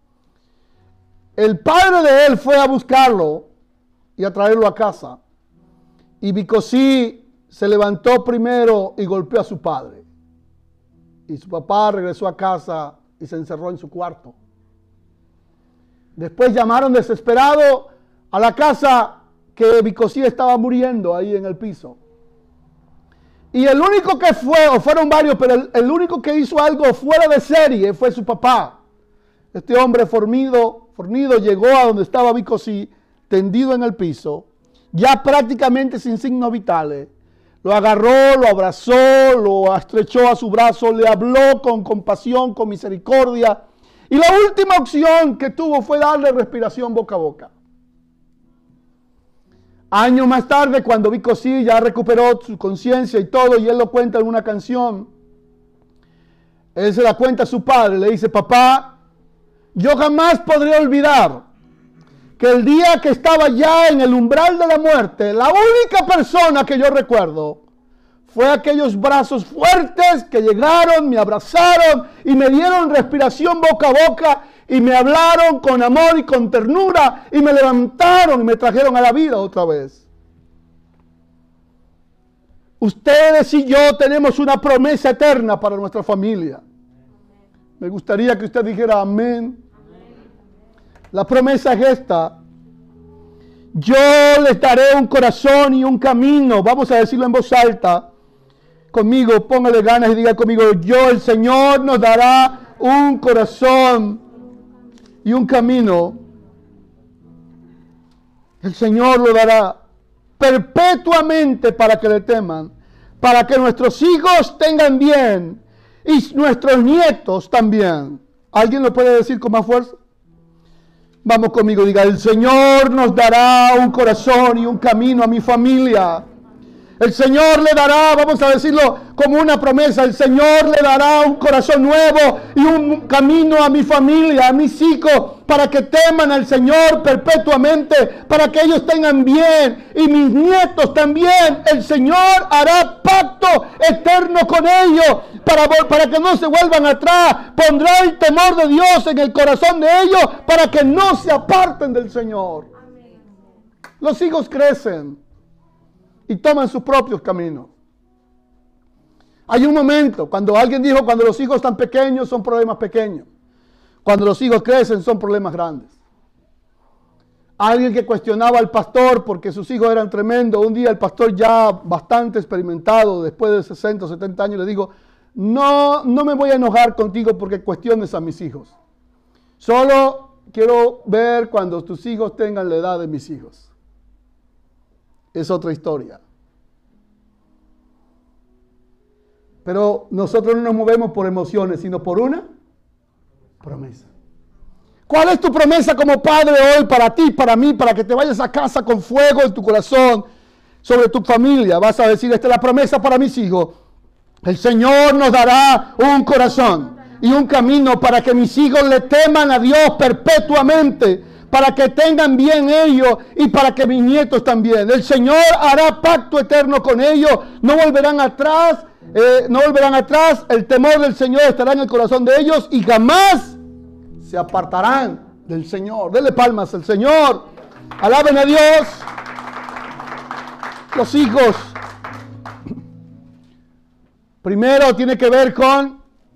Speaker 1: el padre de él fue a buscarlo y a traerlo a casa. Y Vico C se levantó primero y golpeó a su padre. Y su papá regresó a casa y se encerró en su cuarto. Después llamaron desesperado a la casa que Vico C estaba muriendo ahí en el piso. Y el único que fue, o fueron varios, pero el único que hizo algo fuera de serie fue su papá. Este hombre fornido llegó a donde estaba Vico C, tendido en el piso, ya prácticamente sin signos vitales. Lo agarró, lo abrazó, lo estrechó a su brazo, le habló con compasión, con misericordia. Y la última opción que tuvo fue darle respiración boca a boca. Años más tarde, cuando Vico C ya recuperó su conciencia y todo, y él lo cuenta en una canción, él se la cuenta a su padre, le dice: papá, yo jamás podré olvidar que el día que estaba ya en el umbral de la muerte, la única persona que yo recuerdo fue aquellos brazos fuertes que llegaron, me abrazaron y me dieron respiración boca a boca y me hablaron con amor y con ternura y me levantaron y me trajeron a la vida otra vez. Ustedes y yo tenemos una promesa eterna para nuestra familia. Me gustaría que usted dijera amén. La promesa es esta: yo les daré un corazón y un camino. Vamos a decirlo en voz alta. Conmigo, póngale ganas y diga conmigo: yo, el Señor, nos dará un corazón y un camino. El Señor lo dará perpetuamente para que le teman, para que nuestros hijos tengan bien y nuestros nietos también. ¿Alguien lo puede decir con más fuerza? Vamos conmigo, diga: el Señor nos dará un corazón y un camino a mi familia. El Señor le dará, vamos a decirlo como una promesa, el Señor le dará un corazón nuevo y un camino a mi familia, a mis hijos, para que teman al Señor perpetuamente, para que ellos tengan bien y mis nietos también. El Señor hará pacto eterno con ellos para que no se vuelvan atrás. Pondrá el temor de Dios en el corazón de ellos para que no se aparten del Señor. Los hijos crecen y toman sus propios caminos. Hay un momento, cuando alguien dijo, cuando los hijos están pequeños son problemas pequeños. Cuando los hijos crecen son problemas grandes. Alguien que cuestionaba al pastor porque sus hijos eran tremendos. Un día el pastor, ya bastante experimentado, después de 60 o 70 años, le digo: no me voy a enojar contigo porque cuestiones a mis hijos. Solo quiero ver cuando tus hijos tengan la edad de mis hijos. Es otra historia. Pero nosotros no nos movemos por emociones, sino por una promesa. ¿Cuál es tu promesa como padre hoy para ti, para mí, para que te vayas a casa con fuego en tu corazón sobre tu familia? Vas a decir: esta es la promesa para mis hijos. El Señor nos dará un corazón y un camino para que mis hijos le teman a Dios perpetuamente, para que tengan bien ellos y para que mis nietos también. El Señor hará pacto eterno con ellos. No volverán atrás. El temor del Señor estará en el corazón de ellos y jamás se apartarán del Señor. Denle palmas al Señor. Alaben a Dios. Los hijos. Primero tiene que ver con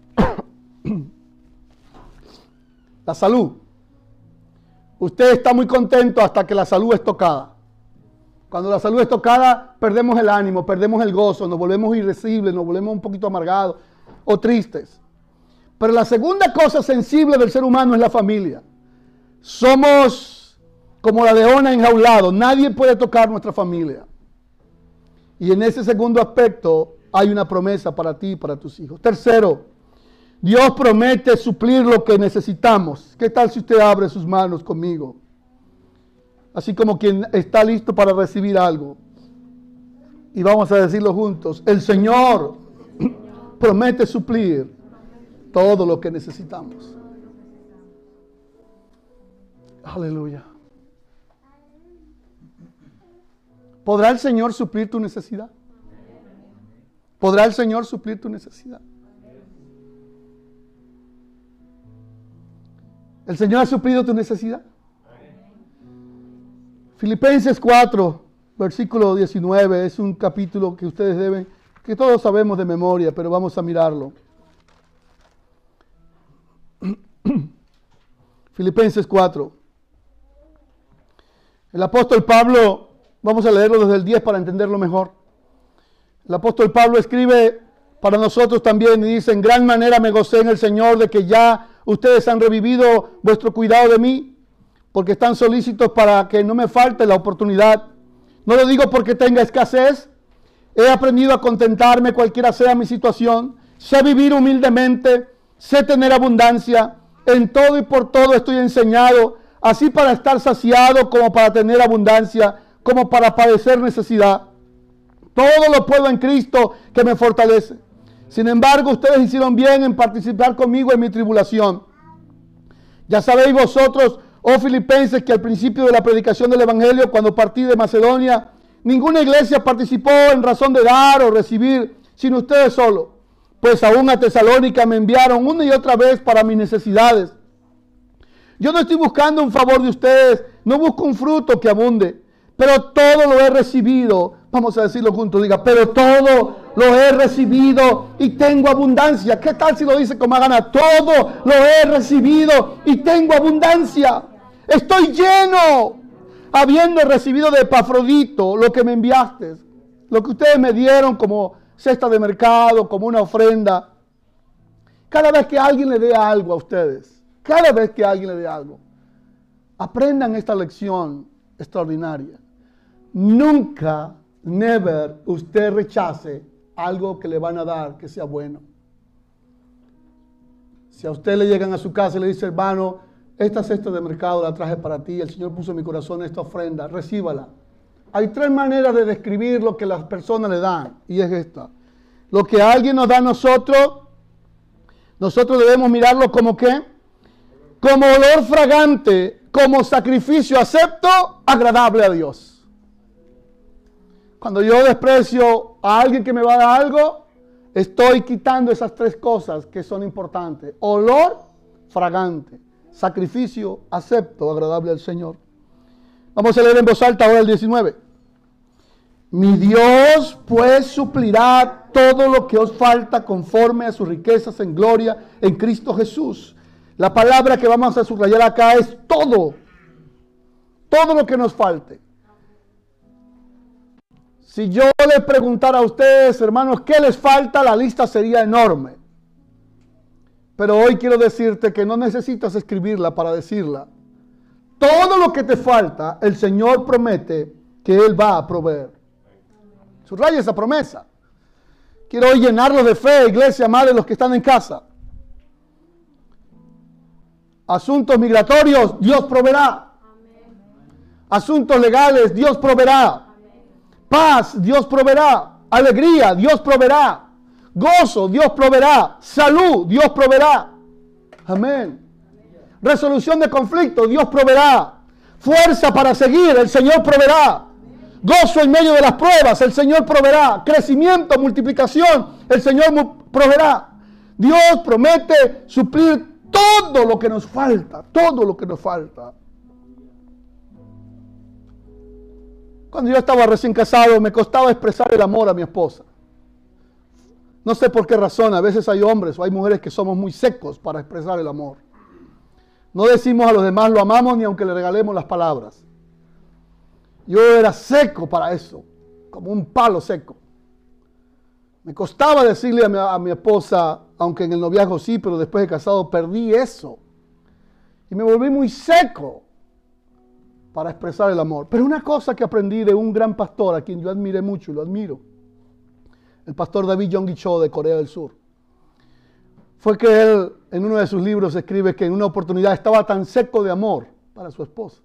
Speaker 1: la salud. Usted está muy contento hasta que la salud es tocada. Cuando la salud es tocada, perdemos el ánimo, perdemos el gozo, nos volvemos irascibles, nos volvemos un poquito amargados o tristes. Pero la segunda cosa sensible del ser humano es la familia. Somos como la leona enjaulada. Nadie puede tocar nuestra familia. Y en ese segundo aspecto hay una promesa para ti y para tus hijos. Tercero, Dios promete suplir lo que necesitamos. ¿Qué tal si usted abre sus manos conmigo? Así como quien está listo para recibir algo. Y vamos a decirlo juntos. El Señor promete suplir todo lo que necesitamos. Aleluya. ¿Podrá el Señor suplir tu necesidad? ¿Podrá el Señor suplir tu necesidad? ¿El Señor ha suplido tu necesidad? Filipenses 4, versículo 19, es un capítulo que ustedes deben, que todos sabemos de memoria, pero vamos a mirarlo. Filipenses 4. El apóstol Pablo, vamos a leerlo desde el 10 para entenderlo mejor. El apóstol Pablo escribe para nosotros también y dice: en gran manera me gocé en el Señor de que ya ustedes han revivido vuestro cuidado de mí, porque están solícitos para que no me falte la oportunidad. No lo digo porque tenga escasez. He aprendido a contentarme cualquiera sea mi situación. Sé vivir humildemente, sé tener abundancia. En todo y por todo estoy enseñado, así para estar saciado como para tener abundancia, como para padecer necesidad. Todo lo puedo en Cristo que me fortalece. Sin embargo, ustedes hicieron bien en participar conmigo en mi tribulación. Ya sabéis vosotros, oh filipenses, que al principio de la predicación del Evangelio, cuando partí de Macedonia, ninguna iglesia participó en razón de dar o recibir, sino ustedes solo. Pues aún a Tesalónica me enviaron una y otra vez para mis necesidades. Yo no estoy buscando un favor de ustedes, no busco un fruto que abunde, pero todo lo he recibido. Vamos a decirlo juntos, diga, pero todo lo he recibido y tengo abundancia. ¿Qué tal si lo dice con más ganas? Todo lo he recibido y tengo abundancia. Estoy lleno, habiendo recibido de Epafrodito lo que me enviaste, lo que ustedes me dieron como cesta de mercado, como una ofrenda. Cada vez que alguien le dé algo a ustedes, cada vez que alguien le dé algo, aprendan esta lección extraordinaria. Nunca, never, usted rechace algo que le van a dar que sea bueno. Si a usted le llegan a su casa y le dice: hermano, esta cesta de mercado la traje para ti, el Señor puso en mi corazón esta ofrenda, recíbala. Hay tres maneras de describir lo que las personas le dan, y es esta. Lo que alguien nos da a nosotros debemos mirarlo como ¿qué? Como olor fragante, como sacrificio acepto, agradable a Dios. Cuando yo desprecio a alguien que me va a dar algo, estoy quitando esas tres cosas que son importantes. Olor fragante, sacrificio acepto, agradable al Señor. Vamos a leer en voz alta ahora el 19. Mi Dios pues suplirá todo lo que os falta conforme a sus riquezas en gloria en Cristo Jesús. La palabra que vamos a subrayar acá es todo. Todo lo que nos falte. Si yo les preguntara a ustedes, hermanos, ¿qué les falta? La lista sería enorme. Pero hoy quiero decirte que no necesitas escribirla para decirla. Todo lo que te falta, el Señor promete que Él va a proveer. Subraya esa promesa. Quiero hoy llenarlos de fe, iglesia, madre, los que están en casa. Asuntos migratorios, Dios proveerá. Asuntos legales, Dios proveerá. Paz, Dios proveerá. Alegría, Dios proveerá. Gozo, Dios proveerá. Salud, Dios proveerá. Amén. Resolución de conflicto, Dios proveerá. Fuerza para seguir, el Señor proveerá. Gozo en medio de las pruebas, el Señor proveerá. Crecimiento, multiplicación, el Señor proveerá. Dios promete suplir todo lo que nos falta, todo lo que nos falta. Cuando yo estaba recién casado, me costaba expresar el amor a mi esposa. No sé por qué razón, a veces hay hombres o hay mujeres que somos muy secos para expresar el amor. No decimos a los demás lo amamos ni aunque le regalemos las palabras. Yo era seco para eso, como un palo seco. Me costaba decirle a mi esposa, aunque en el noviazgo sí, pero después de casado perdí eso. Y me volví muy seco para expresar el amor. Pero una cosa que aprendí de un gran pastor, a quien yo admiré mucho y lo admiro, el pastor David Yonggi Cho de Corea del Sur, fue que él en uno de sus libros escribe que en una oportunidad estaba tan seco de amor para su esposa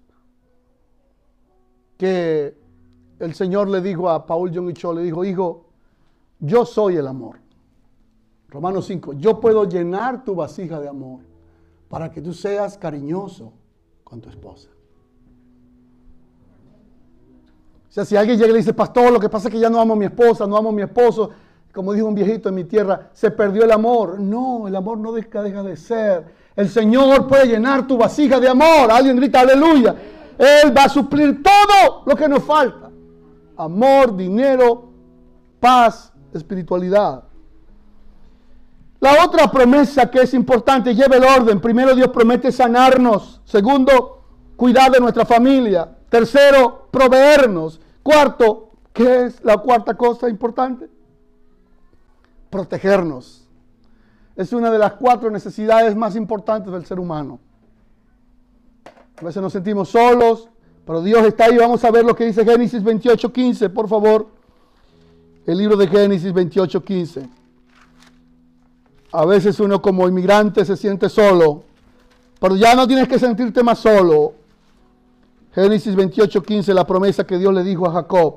Speaker 1: que el Señor le dijo a Paul Yonggi Cho, le dijo, hijo, yo soy el amor. Romanos 5, yo puedo llenar tu vasija de amor para que tú seas cariñoso con tu esposa. O sea, si alguien llega y le dice, pastor, lo que pasa es que ya no amo a mi esposa, no amo a mi esposo, como dijo un viejito en mi tierra, se perdió el amor. No, el amor no deja de ser. El Señor puede llenar tu vasija de amor. Alguien grita, aleluya. Él va a suplir todo lo que nos falta. Amor, dinero, paz, espiritualidad. La otra promesa que es importante, lleva el orden. Primero, Dios promete sanarnos. Segundo, cuidar de nuestra familia. Tercero, proveernos. Cuarto, ¿qué es la cuarta cosa importante? Protegernos. Es una de las 4 necesidades más importantes del ser humano. A veces nos sentimos solos, pero Dios está ahí. Vamos a ver lo que dice Génesis 28:15, por favor. El libro de Génesis 28:15. A veces uno como inmigrante se siente solo, pero ya no tienes que sentirte más solo. Génesis 28:15, la promesa que Dios le dijo a Jacob.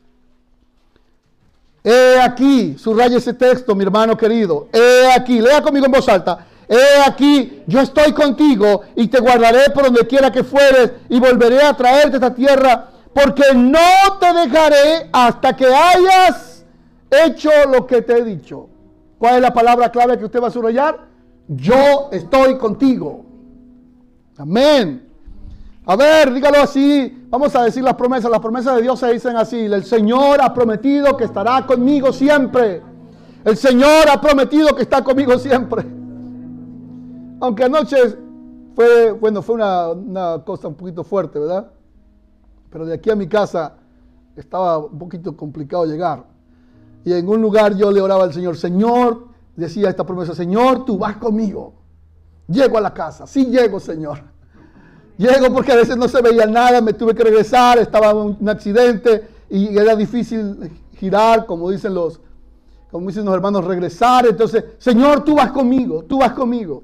Speaker 1: He aquí, subraya ese texto, mi hermano querido. He aquí, lea conmigo en voz alta. He aquí, yo estoy contigo y te guardaré por donde quiera que fueres y volveré a traerte a esta tierra, porque no te dejaré hasta que hayas hecho lo que te he dicho. ¿Cuál es la palabra clave que usted va a subrayar? Yo estoy contigo. Amén. A ver, dígalo así. Vamos a decir las promesas. Las promesas de Dios se dicen así. El Señor ha prometido que estará conmigo siempre. El Señor ha prometido que está conmigo siempre. Aunque anoche fue una cosa un poquito fuerte, ¿verdad? Pero de aquí a mi casa estaba un poquito complicado llegar. Y en un lugar yo le oraba al Señor. Señor, decía esta promesa, Señor, tú vas conmigo. Llego a la casa. Sí llego, Señor. Llego porque a veces no se veía nada, me tuve que regresar, estaba en un accidente y era difícil girar, como dicen los hermanos, regresar. Entonces, Señor, tú vas conmigo, tú vas conmigo.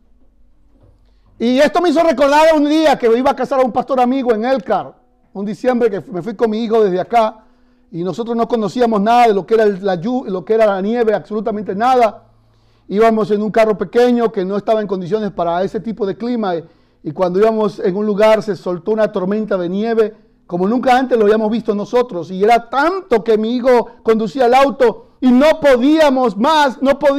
Speaker 1: Y esto me hizo recordar un día que iba a casar a un pastor amigo en Elkhart, un diciembre que me fui con mi hijo desde acá y nosotros no conocíamos nada de lo que era lo que era la nieve, absolutamente nada. Íbamos en un carro pequeño que no estaba en condiciones para ese tipo de clima. Y cuando íbamos en un lugar se soltó una tormenta de nieve como nunca antes lo habíamos visto nosotros. Y era tanto que mi hijo conducía el auto y no podíamos más.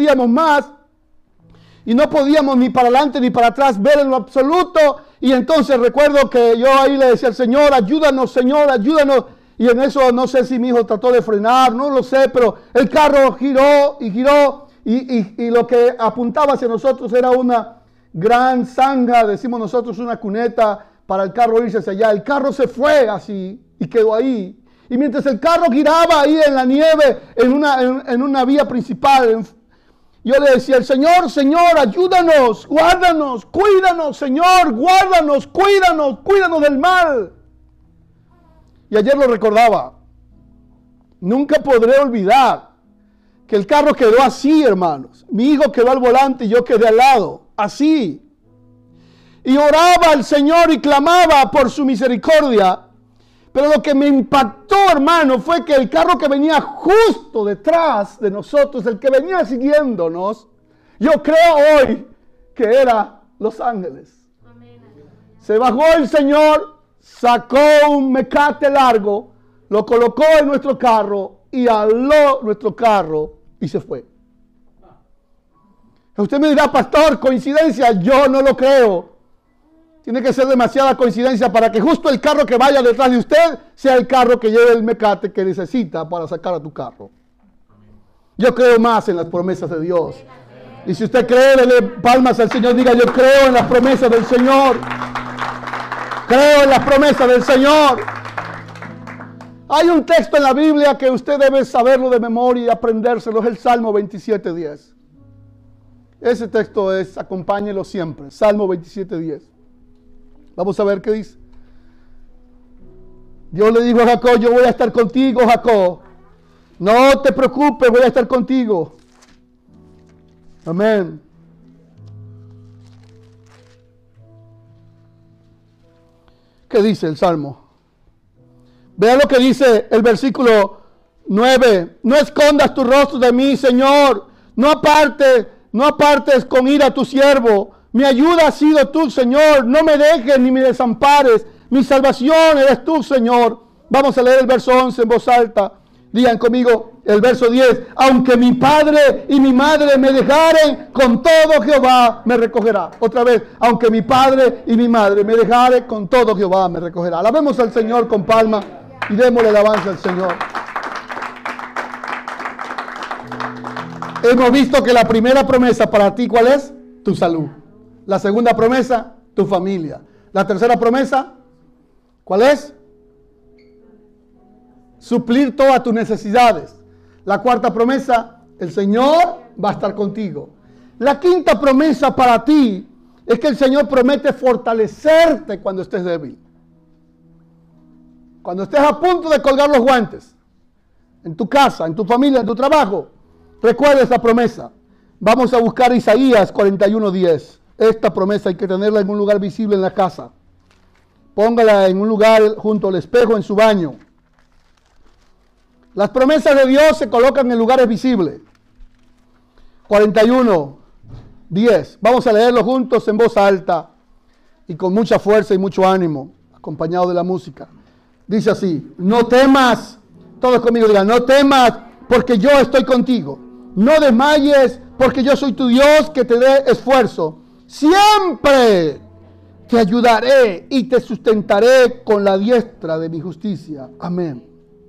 Speaker 1: Y no podíamos ni para adelante ni para atrás ver en lo absoluto. Y entonces recuerdo que yo ahí le decía al Señor, ayúdanos, Señor, ayúdanos. Y en eso no sé si mi hijo trató de frenar, no lo sé, pero el carro giró y giró. Y lo que apuntaba hacia nosotros era una gran zanja, decimos nosotros, una cuneta para el carro irse hacia allá. El carro se fue así y quedó ahí. Y mientras el carro giraba ahí en la nieve, en una vía principal, yo le decía al Señor, Señor, ayúdanos, guárdanos, cuídanos, Señor, guárdanos, cuídanos del mal. Y ayer lo recordaba. Nunca podré olvidar que el carro quedó así, hermanos. Mi hijo quedó al volante y yo quedé al lado. Así. Y oraba al Señor y clamaba por su misericordia. Pero lo que me impactó, hermano, fue que el carro que venía justo detrás de nosotros, el que venía siguiéndonos, yo creo hoy que era Los Ángeles. Amén. Se bajó el Señor, sacó un mecate largo, lo colocó en nuestro carro y aló nuestro carro y se fue. Usted me dirá, pastor, coincidencia. Yo no lo creo. Tiene que ser demasiada coincidencia para que justo el carro que vaya detrás de usted sea el carro que lleve el mecate que necesita para sacar a tu carro. Yo creo más en las promesas de Dios. Y si usted cree, dele palmas al Señor. Diga, yo creo en las promesas del Señor. Creo en las promesas del Señor. Hay un texto en la Biblia que usted debe saberlo de memoria y aprendérselo. Es el Salmo 27:10. Ese texto es, acompáñelo siempre. Salmo 27:10. Vamos a ver qué dice. Dios le dijo a Jacob, yo voy a estar contigo, Jacob. No te preocupes, voy a estar contigo. Amén. ¿Qué dice el Salmo? Vean lo que dice el versículo 9. No escondas tu rostro de mí, Señor. No apartes con ira a tu siervo. Mi ayuda ha sido tú, Señor. No me dejes ni me desampares. Mi salvación eres tú, Señor. Vamos a leer el verso 11 en voz alta. Digan conmigo el verso 10. Aunque mi padre y mi madre me dejaren, con todo Jehová me recogerá. Otra vez. Aunque mi padre y mi madre me dejaren, con todo Jehová me recogerá. Alabemos al Señor con palma y démosle alabanza al Señor. Hemos visto que la primera promesa para ti, ¿cuál es? Tu salud. La segunda promesa, tu familia. La tercera promesa, ¿cuál es? Suplir todas tus necesidades. La cuarta promesa, el Señor va a estar contigo. La quinta promesa para ti es que el Señor promete fortalecerte cuando estés débil. Cuando estés a punto de colgar los guantes, en tu casa, en tu familia, en tu trabajo, recuerda esta promesa. Vamos a buscar Isaías 41:10. Esta promesa hay que tenerla en un lugar visible en la casa. Póngala en un lugar junto al espejo en su baño. Las promesas de Dios se colocan en lugares visibles. 41:10. Vamos a leerlo juntos en voz alta y con mucha fuerza y mucho ánimo, acompañado de la música. Dice así: no temas, todos conmigo digan, no temas porque yo estoy contigo. No desmayes porque yo soy tu Dios que te dé esfuerzo. Siempre te ayudaré y te sustentaré con la diestra de mi justicia. Amén.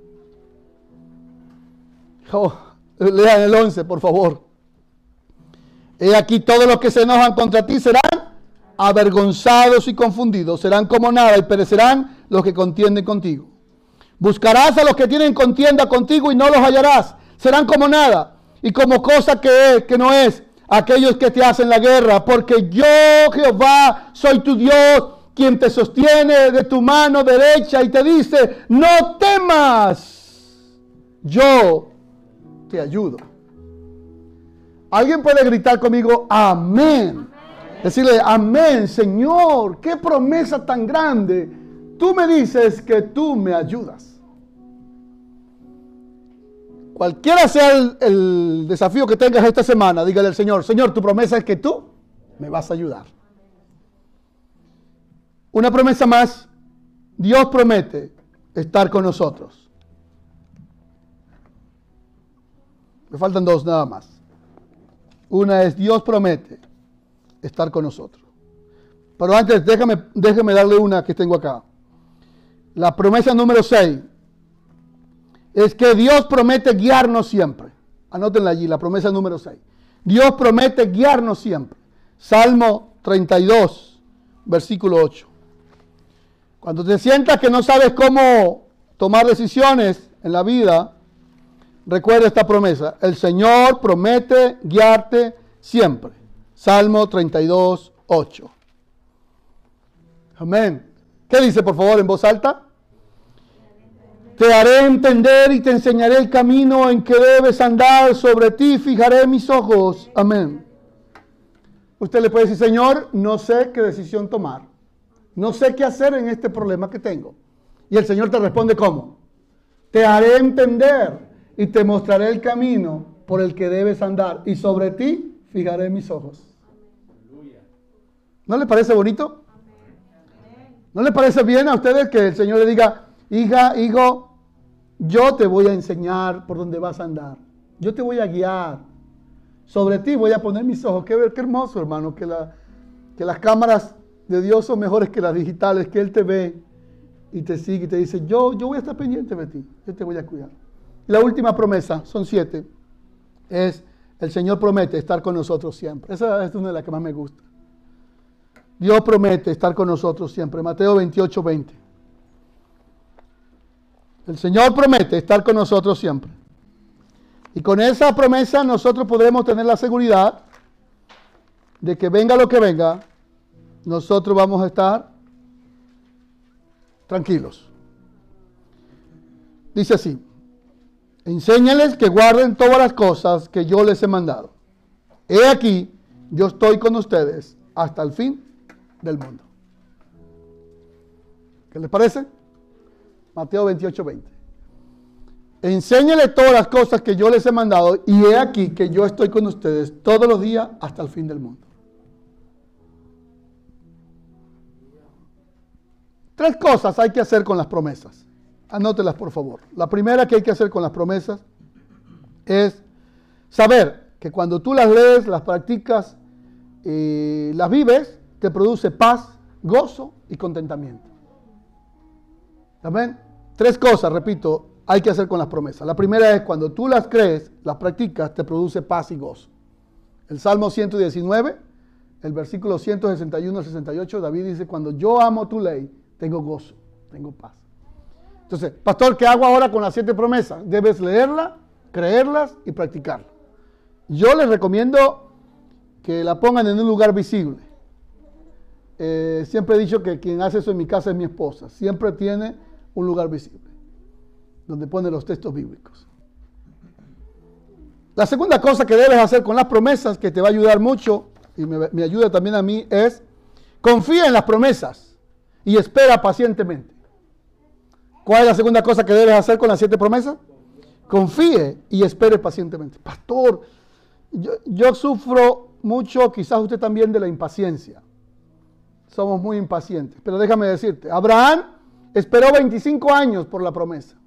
Speaker 1: Oh, lean el 11, por favor. He aquí todos los que se enojan contra ti serán avergonzados y confundidos. Serán como nada y perecerán los que contienden contigo. Buscarás a los que tienen contienda contigo y no los hallarás. Serán como nada y como cosa que no es aquellos que te hacen la guerra. Porque yo, Jehová, soy tu Dios, quien te sostiene de tu mano derecha y te dice, no temas, yo te ayudo. ¿Alguien puede gritar conmigo, amén? Decirle, amén, Señor, qué promesa tan grande. Tú me dices que tú me ayudas. Cualquiera sea el desafío que tengas esta semana, dígale al Señor, Señor, tu promesa es que tú me vas a ayudar. Una promesa más, Dios promete estar con nosotros. Me faltan dos nada más. Una es Dios promete estar con nosotros. Pero antes déjame darle una que tengo acá. La promesa número 6 es que Dios promete guiarnos siempre. Anótenla allí, la promesa número 6. Dios promete guiarnos siempre. Salmo 32, versículo 8. Cuando te sientas que no sabes cómo tomar decisiones en la vida, recuerda esta promesa. El Señor promete guiarte siempre. Salmo 32, 8. Amén. ¿Qué dice, por favor, en voz alta? Te haré entender y te enseñaré el camino en que debes andar. Sobre ti fijaré mis ojos. Amén. Usted le puede decir, Señor, no sé qué decisión tomar. No sé qué hacer en este problema que tengo. Y el Señor te responde, ¿cómo? Te haré entender y te mostraré el camino por el que debes andar. Y sobre ti fijaré mis ojos. ¿No le parece bonito? ¿No le parece bien a ustedes que el Señor le diga, hija, hijo, yo te voy a enseñar por dónde vas a andar? Yo te voy a guiar. Sobre ti voy a poner mis ojos. Qué hermoso, hermano, que las cámaras de Dios son mejores que las digitales, que Él te ve y te sigue y te dice, yo voy a estar pendiente de ti, yo te voy a cuidar. Y la última promesa, son 7, es el Señor promete estar con nosotros siempre. Esa es una de las que más me gusta. Dios promete estar con nosotros siempre. Mateo 28:20. El Señor promete estar con nosotros siempre. Y con esa promesa nosotros podremos tener la seguridad de que venga lo que venga, nosotros vamos a estar tranquilos. Dice así: enséñales que guarden todas las cosas que yo les he mandado. He aquí, yo estoy con ustedes hasta el fin del mundo. ¿Qué les parece? Mateo 28:20. Enséñales todas las cosas que yo les he mandado y he aquí que yo estoy con ustedes todos los días hasta el fin del mundo. 3 cosas hay que hacer con las promesas. Anótelas, por favor. La primera que hay que hacer con las promesas es saber que cuando tú las lees, las practicas y las vives, te produce paz, gozo y contentamiento. Amén. 3 cosas, repito, hay que hacer con las promesas. La primera es cuando tú las crees, las practicas, te produce paz y gozo. El Salmo 119, el versículo 161 al 68, David dice, cuando yo amo tu ley, tengo gozo, tengo paz. Entonces, pastor, ¿qué hago ahora con las 7 promesas? Debes leerlas, creerlas y practicarlas. Yo les recomiendo que la pongan en un lugar visible. Siempre he dicho que quien hace eso en mi casa es mi esposa. Siempre tiene un lugar visible, donde pone los textos bíblicos. La segunda cosa que debes hacer con las promesas, que te va a ayudar mucho, y me ayuda también a mí, es confía en las promesas y espera pacientemente. ¿Cuál es la segunda cosa que debes hacer con las 7 promesas? Confíe y espere pacientemente. Pastor, yo sufro mucho, quizás usted también, de la impaciencia. Somos muy impacientes. Pero déjame decirte, Abraham esperó 25 años por la promesa.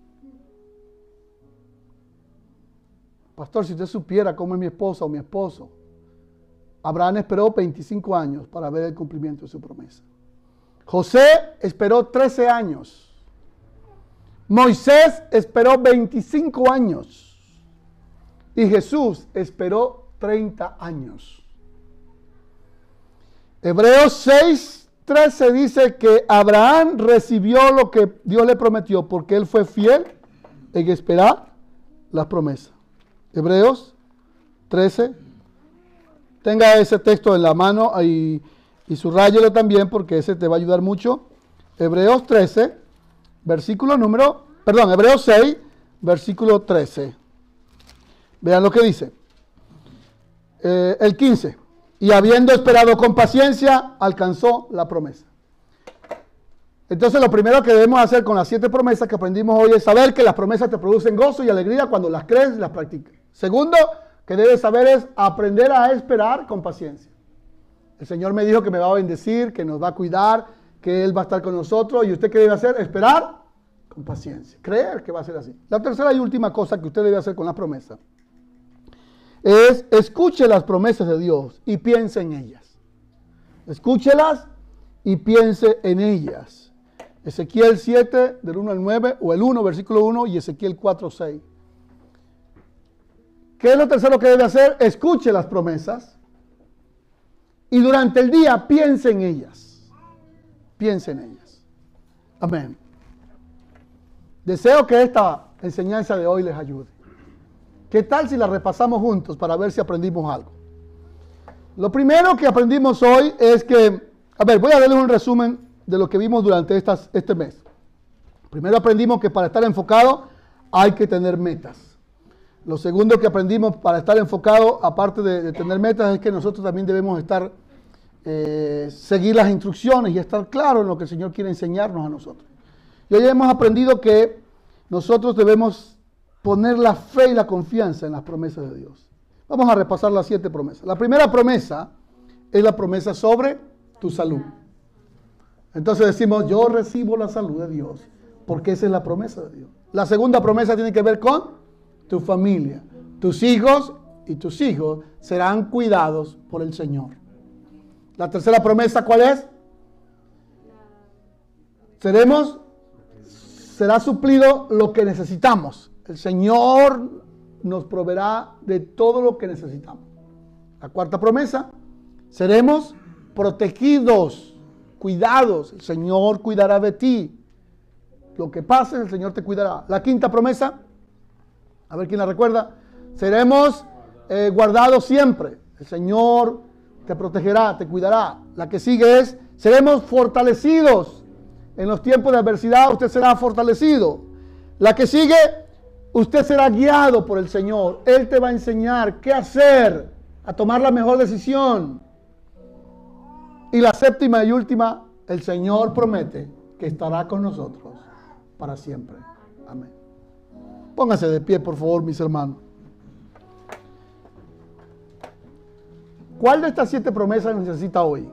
Speaker 1: Pastor, si usted supiera cómo es mi esposa o mi esposo, Abraham esperó 25 años para ver el cumplimiento de su promesa. José esperó 13 años. Moisés esperó 25 años. Y Jesús esperó 30 años. Hebreos 6:13 dice que Abraham recibió lo que Dios le prometió porque él fue fiel en esperar las promesas. Hebreos 13. Tenga ese texto en la mano y subráyelo también porque ese te va a ayudar mucho. Hebreos 13, Hebreos 6, versículo 13. Vean lo que dice. El 15. Y habiendo esperado con paciencia, alcanzó la promesa. Entonces lo primero que debemos hacer con las 7 promesas que aprendimos hoy es saber que las promesas te producen gozo y alegría cuando las crees y las practicas. Segundo, que debes saber es aprender a esperar con paciencia. El Señor me dijo que me va a bendecir, que nos va a cuidar, que Él va a estar con nosotros. ¿Y usted qué debe hacer? Esperar con paciencia. Creer que va a ser así. La tercera y última cosa que usted debe hacer con las promesas es escuche las promesas de Dios y piense en ellas. Escúchelas y piense en ellas. Ezequiel 7, del 1 al 9, o el 1, versículo 1, y Ezequiel 4, 6. ¿Qué es lo tercero que debe hacer? Escuche las promesas y durante el día piense en ellas. Piense en ellas. Amén. Deseo que esta enseñanza de hoy les ayude. ¿Qué tal si la repasamos juntos para ver si aprendimos algo? Lo primero que aprendimos hoy es que, voy a darles un resumen de lo que vimos durante este mes. Primero aprendimos que para estar enfocado hay que tener metas. Lo segundo que aprendimos para estar enfocado, aparte de tener metas, es que nosotros también debemos seguir las instrucciones y estar claros en lo que el Señor quiere enseñarnos a nosotros. Y hoy hemos aprendido que nosotros debemos poner la fe y la confianza en las promesas de Dios. Vamos a repasar las 7 promesas. La primera promesa es la promesa sobre tu salud. Entonces decimos, yo recibo la salud de Dios, porque esa es la promesa de Dios. La segunda promesa tiene que ver con tu familia, tus hijos y tus hijos serán cuidados por el Señor. La tercera promesa, ¿cuál es? Será suplido lo que necesitamos. El Señor nos proveerá de todo lo que necesitamos. La cuarta promesa, seremos protegidos, cuidados. El Señor cuidará de ti. Lo que pase, el Señor te cuidará. La quinta promesa, a ver quién la recuerda, seremos guardados siempre. El Señor te protegerá, te cuidará. La que sigue es, seremos fortalecidos. En los tiempos de adversidad usted será fortalecido. La que sigue, usted será guiado por el Señor. Él te va a enseñar qué hacer, a tomar la mejor decisión. Y la séptima y última, el Señor promete que estará con nosotros para siempre. Amén. Pónganse de pie, por favor, mis hermanos. ¿Cuál de estas 7 promesas necesita hoy?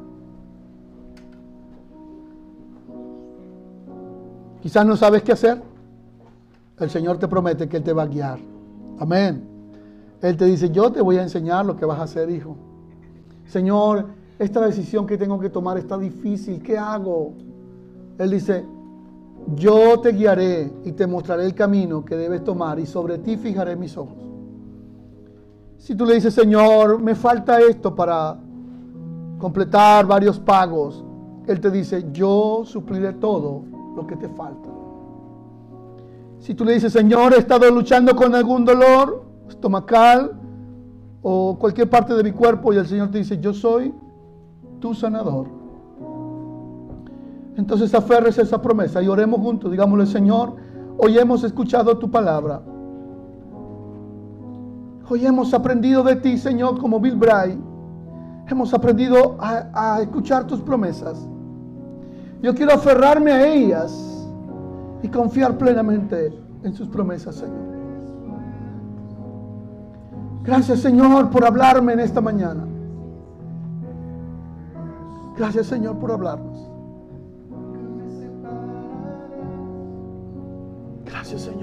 Speaker 1: Quizás no sabes qué hacer. El Señor te promete que Él te va a guiar. Amén. Él te dice, yo te voy a enseñar lo que vas a hacer, hijo. Señor, esta decisión que tengo que tomar está difícil. ¿Qué hago? Él dice, yo te guiaré y te mostraré el camino que debes tomar y sobre ti fijaré mis ojos. Si tú le dices, Señor, me falta esto para completar varios pagos, Él te dice, yo supliré todo lo que te falta. Si tú le dices, Señor, he estado luchando con algún dolor estomacal o cualquier parte de mi cuerpo, y el Señor te dice, yo soy tu sanador. Entonces aférrese a esa promesa y oremos juntos. Digámosle, Señor, hoy hemos escuchado tu palabra. Hoy hemos aprendido de ti, Señor, como Bill Bray. Hemos aprendido a escuchar tus promesas. Yo quiero aferrarme a ellas y confiar plenamente en sus promesas, Señor. Gracias, Señor, por hablarme en esta mañana. Gracias, Señor, por hablarnos. Gracias, Señor.